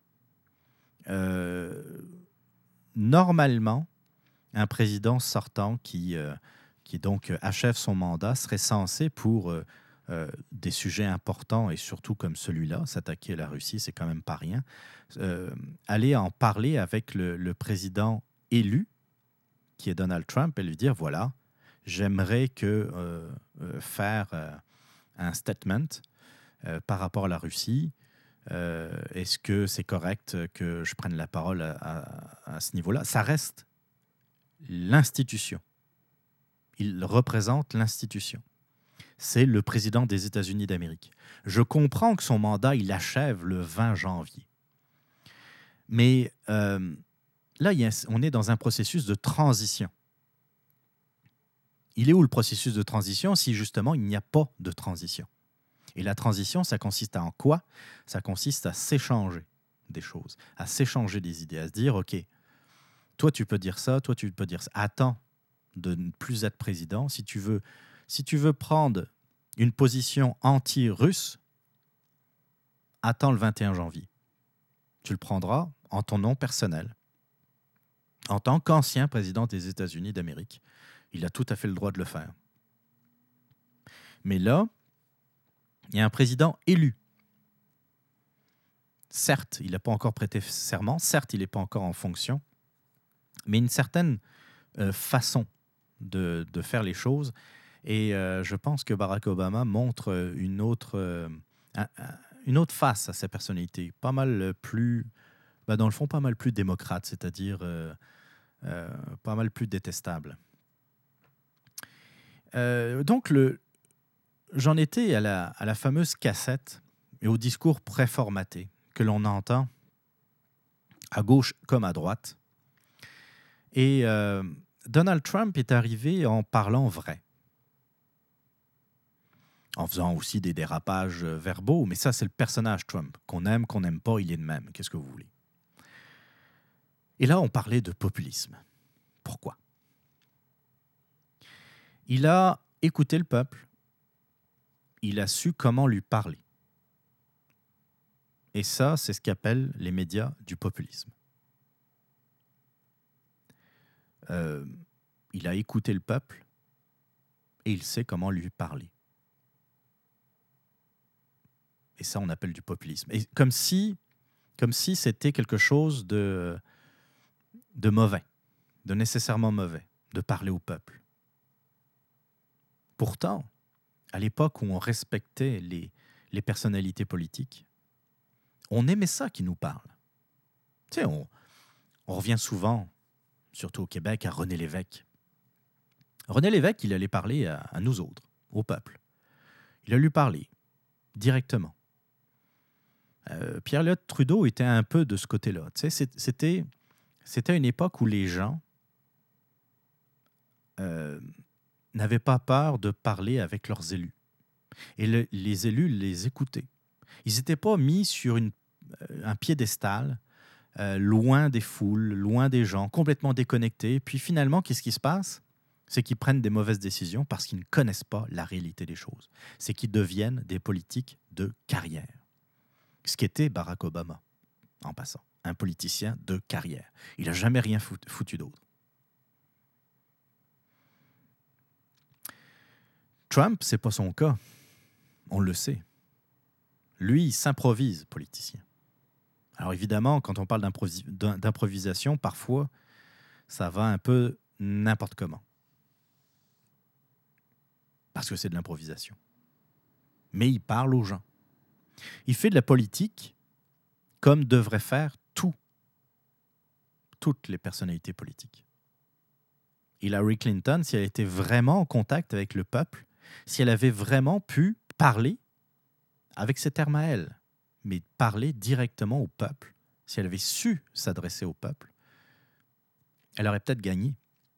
Normalement, un président sortant qui donc achève son mandat serait censé, pour des sujets importants et surtout comme celui-là, s'attaquer à la Russie, c'est quand même pas rien, aller en parler avec le président élu, qui est Donald Trump, et lui dire, voilà, j'aimerais faire un statement par rapport à la Russie. Est-ce que c'est correct que je prenne la parole à ce niveau-là? Ça reste l'institution. Il représente l'institution. C'est le président des États-Unis d'Amérique. Je comprends que son mandat, il achève le 20 janvier. Mais là, on est dans un processus de transition. Il est où le processus de transition si justement il n'y a pas de transition? Et la transition, ça consiste en quoi? Ça consiste à s'échanger des choses, à s'échanger des idées, à se dire, OK, toi tu peux dire ça, toi tu peux dire ça. Attends de ne plus être président. Si tu veux prendre une position anti-russe, attends le 21 janvier. Tu le prendras en ton nom personnel. En tant qu'ancien président des États-Unis d'Amérique, il a tout à fait le droit de le faire. Mais là, il y a un président élu. Certes, il n'a pas encore prêté serment, certes, il n'est pas encore en fonction, mais une certaine façon de faire les choses. Et je pense que Barack Obama montre une autre face à sa personnalité, pas mal plus, dans le fond, pas mal plus démocrate, c'est-à-dire pas mal plus détestable. Donc, j'en étais à la fameuse cassette et au discours préformaté que l'on entend à gauche comme à droite. Et Donald Trump est arrivé en parlant vrai, en faisant aussi des dérapages verbaux, mais ça, c'est le personnage Trump. Qu'on aime, qu'on n'aime pas, il est de même. Qu'est-ce que vous voulez? Et là, on parlait de populisme. Pourquoi? Il a écouté le peuple. Il a su comment lui parler. Et ça, c'est ce qu'appellent les médias du populisme. Il a écouté le peuple et il sait comment lui parler. Et ça, on appelle du populisme. Et comme si c'était quelque chose de mauvais. de nécessairement mauvais de parler au peuple. Pourtant, à l'époque où on respectait les personnalités politiques, on aimait ça qui nous parle. Tu sais, on revient souvent, surtout au Québec, à René Lévesque. René Lévesque, il allait parler à nous autres, au peuple. Il a lui parler directement. Pierre-Éliott Trudeau était un peu de ce côté-là. Tu sais, c'était une époque où les gens n'avaient pas peur de parler avec leurs élus. Et les élus les écoutaient. Ils n'étaient pas mis sur un piédestal, loin des foules, loin des gens, complètement déconnectés. Puis finalement, qu'est-ce qui se passe? C'est qu'ils prennent des mauvaises décisions parce qu'ils ne connaissent pas la réalité des choses. C'est qu'ils deviennent des politiques de carrière. Ce qu'était Barack Obama, en passant. Un politicien de carrière. Il n'a jamais rien foutu d'autre. Trump, ce n'est pas son cas. On le sait. Lui, il s'improvise politicien. Alors évidemment, quand on parle d'improvisation, parfois, ça va un peu n'importe comment. Parce que c'est de l'improvisation. Mais il parle aux gens. Il fait de la politique comme devraient faire toutes les personnalités politiques. Hillary Clinton, si elle était vraiment en contact avec le peuple, si elle avait vraiment pu parler avec ses termes à elle, mais parler directement au peuple, si elle avait su s'adresser au peuple, elle aurait peut-être gagné.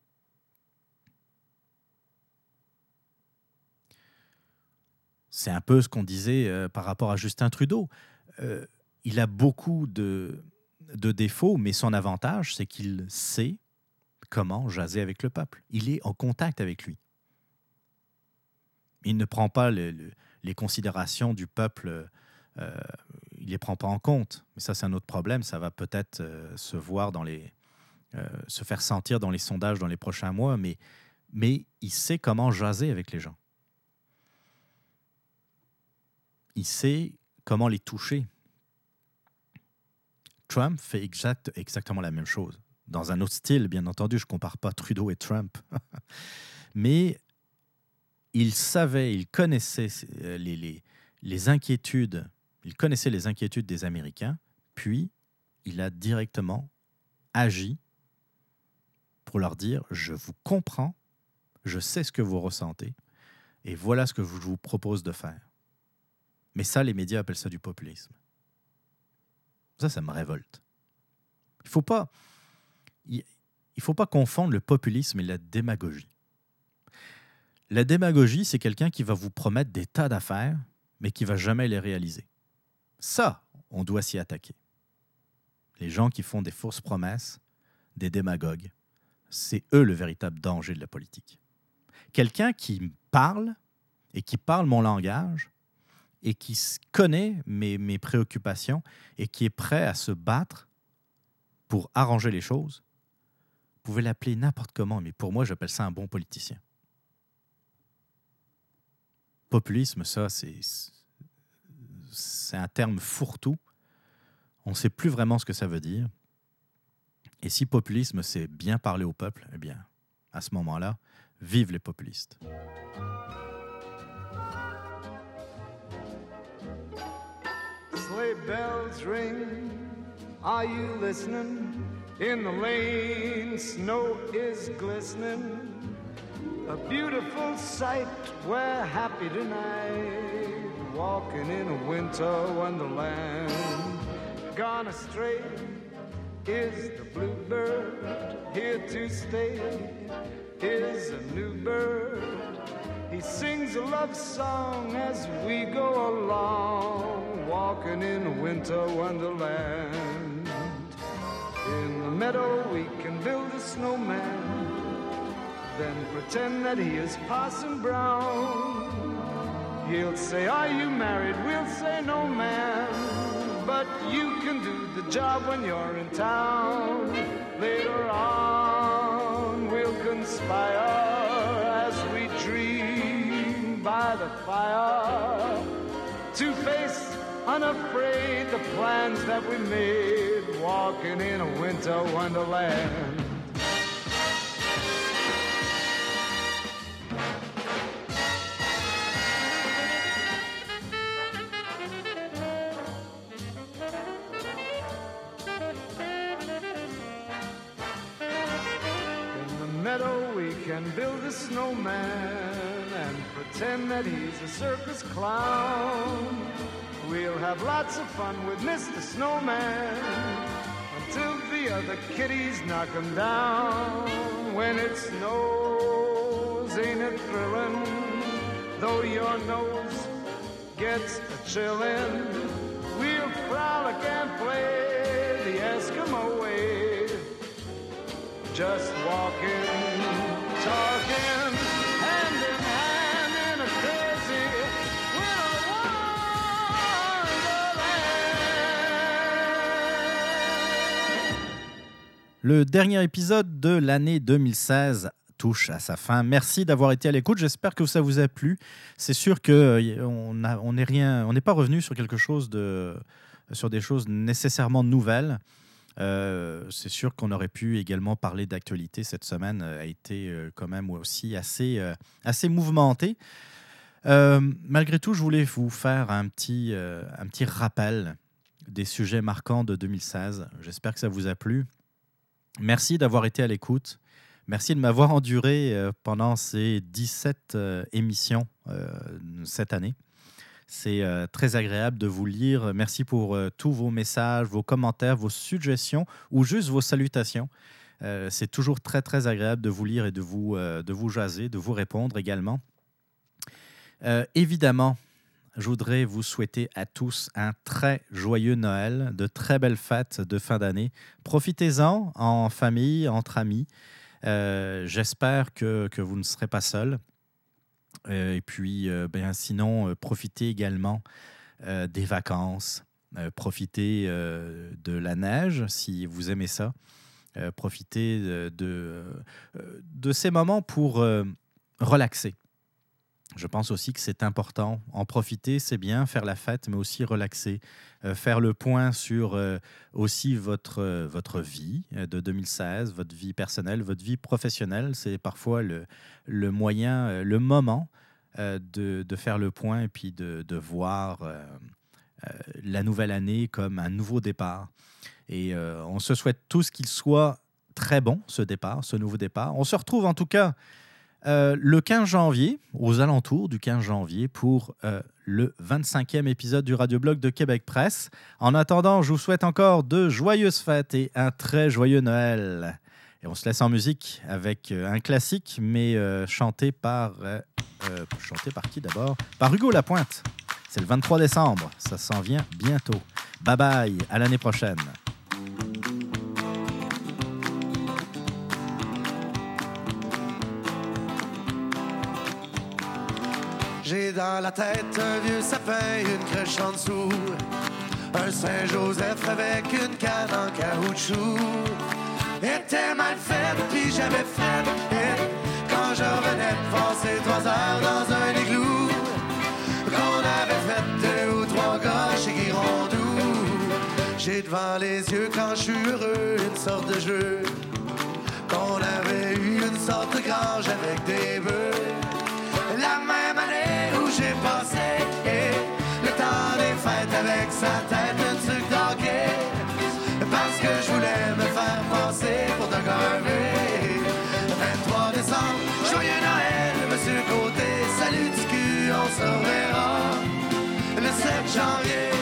C'est un peu ce qu'on disait par rapport à Justin Trudeau. Il a beaucoup de défauts, mais son avantage, c'est qu'il sait comment jaser avec le peuple. Il est en contact avec lui. Il ne prend pas les considérations du peuple, il ne les prend pas en compte. Mais ça, c'est un autre problème. Ça va peut-être se voir se faire sentir dans les sondages dans les prochains mois, mais il sait comment jaser avec les gens. Il sait comment les toucher. Trump fait exactement la même chose. Dans un autre style, bien entendu, je ne compare pas Trudeau et Trump. Mais il connaissait les inquiétudes, il connaissait les inquiétudes des Américains, puis il a directement agi pour leur dire « Je vous comprends, je sais ce que vous ressentez, et voilà ce que je vous propose de faire. » Mais ça, les médias appellent ça du populisme. Ça me révolte. Il faut pas confondre le populisme et la démagogie. La démagogie, c'est quelqu'un qui va vous promettre des tas d'affaires, mais qui ne va jamais les réaliser. Ça, on doit s'y attaquer. Les gens qui font des fausses promesses, des démagogues, c'est eux le véritable danger de la politique. Quelqu'un qui parle, et qui parle mon langage, et qui connaît mes préoccupations et qui est prêt à se battre pour arranger les choses, vous pouvez l'appeler n'importe comment, mais pour moi, j'appelle ça un bon politicien. Populisme, ça, c'est un terme fourre-tout. On ne sait plus vraiment ce que ça veut dire. Et si populisme, c'est bien parler au peuple, eh bien, à ce moment-là, vive les populistes. Sleigh bells ring, are you listening? In the lane, snow is glistening. A beautiful sight, we're happy tonight, walking in a winter wonderland. Gone astray is the bluebird, here to stay is a new bird. He sings a love song as we go along, walking in a winter wonderland. In the meadow we can build a snowman, then pretend that he is Parson Brown. He'll say, are you married? We'll say, no, man. But you can do the job when you're in town. Later on, we'll conspire as we dream by the fire to face unafraid the plans that we made, walking in a winter wonderland. can build a snowman and pretend that he's a circus clown. We'll have lots of fun with Mr. Snowman until the other kitties knock him down. When it snows, ain't it thrilling? Though your nose gets a chillin', we'll frolic and play the Eskimo way. Just walking, talking, hand in hand in a crazy winter wonderland. Le dernier épisode de l'année 2016 touche à sa fin. Merci d'avoir été à l'écoute. J'espère que ça vous a plu. C'est sûr qu'on n'est pas revenu sur sur des choses nécessairement nouvelles. C'est sûr qu'on aurait pu également parler d'actualité. Cette semaine a été quand même aussi assez mouvementée. Malgré tout, je voulais vous faire un petit rappel des sujets marquants de 2016. J'espère que ça vous a plu. Merci d'avoir été à l'écoute. Merci de m'avoir enduré pendant ces 17 émissions cette année. C'est très agréable de vous lire. Merci pour tous vos messages, vos commentaires, vos suggestions ou juste vos salutations. C'est toujours très, très agréable de vous lire et de vous jaser, de vous répondre également. Évidemment, je voudrais vous souhaiter à tous un très joyeux Noël, de très belles fêtes de fin d'année. Profitez-en en famille, entre amis. J'espère que vous ne serez pas seuls. Et puis, sinon, profitez également des vacances. Profitez de la neige, si vous aimez ça. Profitez de ces moments pour relaxer. Je pense aussi que c'est important. En profiter, c'est bien, faire la fête, mais aussi relaxer. Faire le point sur aussi votre vie de 2016, votre vie personnelle, votre vie professionnelle. C'est parfois le moyen, le moment de faire le point et puis de voir la nouvelle année comme un nouveau départ. Et on se souhaite tous qu'il soit très bon, ce départ, ce nouveau départ. On se retrouve en tout cas le 15 janvier, aux alentours du 15 janvier, pour le 25e épisode du Radioblog de Québec Presse. En attendant, je vous souhaite encore de joyeuses fêtes et un très joyeux Noël. Et on se laisse en musique avec un classique, mais chanté par qui d'abord? Par Hugo Lapointe. C'est le 23 décembre, ça s'en vient bientôt. Bye bye, à l'année prochaine. J'ai dans la tête un vieux sapin, une crèche en dessous, un Saint-Joseph avec une canne en caoutchouc. Était mal fait, puis j'avais fait quand je revenais de passer 3 heures dans un igloo, qu'on avait fait 2 ou 3 gars chez Girondou. J'ai devant les yeux quand je suis heureux une sorte de jeu, qu'on avait eu une sorte de grange avec des bœufs. La même année où j'ai passé le temps des fêtes avec sa tête un truc d'hockey, parce que je voulais me faire passer pour Doug Harvey. 23 décembre, joyeux Noël, Monsieur Côté, salut du cul, on se reverra le 7 janvier.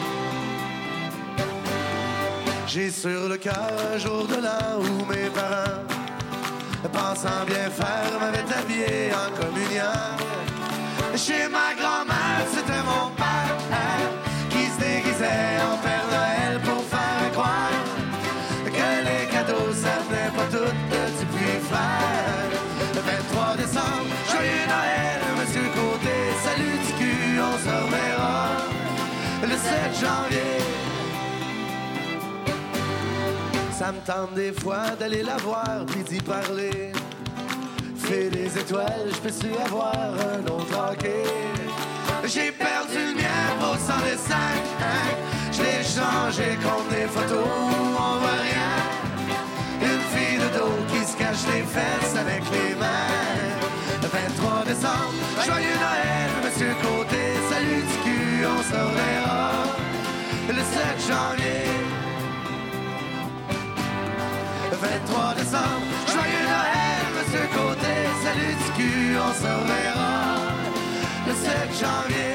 J'ai sur le cœur un jour de l'an où mes parents, pensant bien faire, m'avait habillé en communion. Chez ma grand-mère, c'était mon père qui se déguisait en Père Noël pour faire croire que les cadeaux, ça venait pas tout du puits-frère. Le 23 décembre, joyeux Noël, Monsieur Côté, salut du cul, on se reverra le 7 janvier. Ça me tente des fois d'aller la voir puis d'y parler. Fais des étoiles, je peux-tu avoir un autre hockey? J'ai perdu le mien pour 105, je l'ai changé contre des photos où on voit rien. Une fille de dos qui se cache les fesses avec les mains. Le 23 décembre, joyeux Noël, Monsieur Côté, salut du cul, on se reverra le 7 janvier. 23 décembre, joyeux Noël, Monsieur Côté, cul, on se reverra le 7 janvier.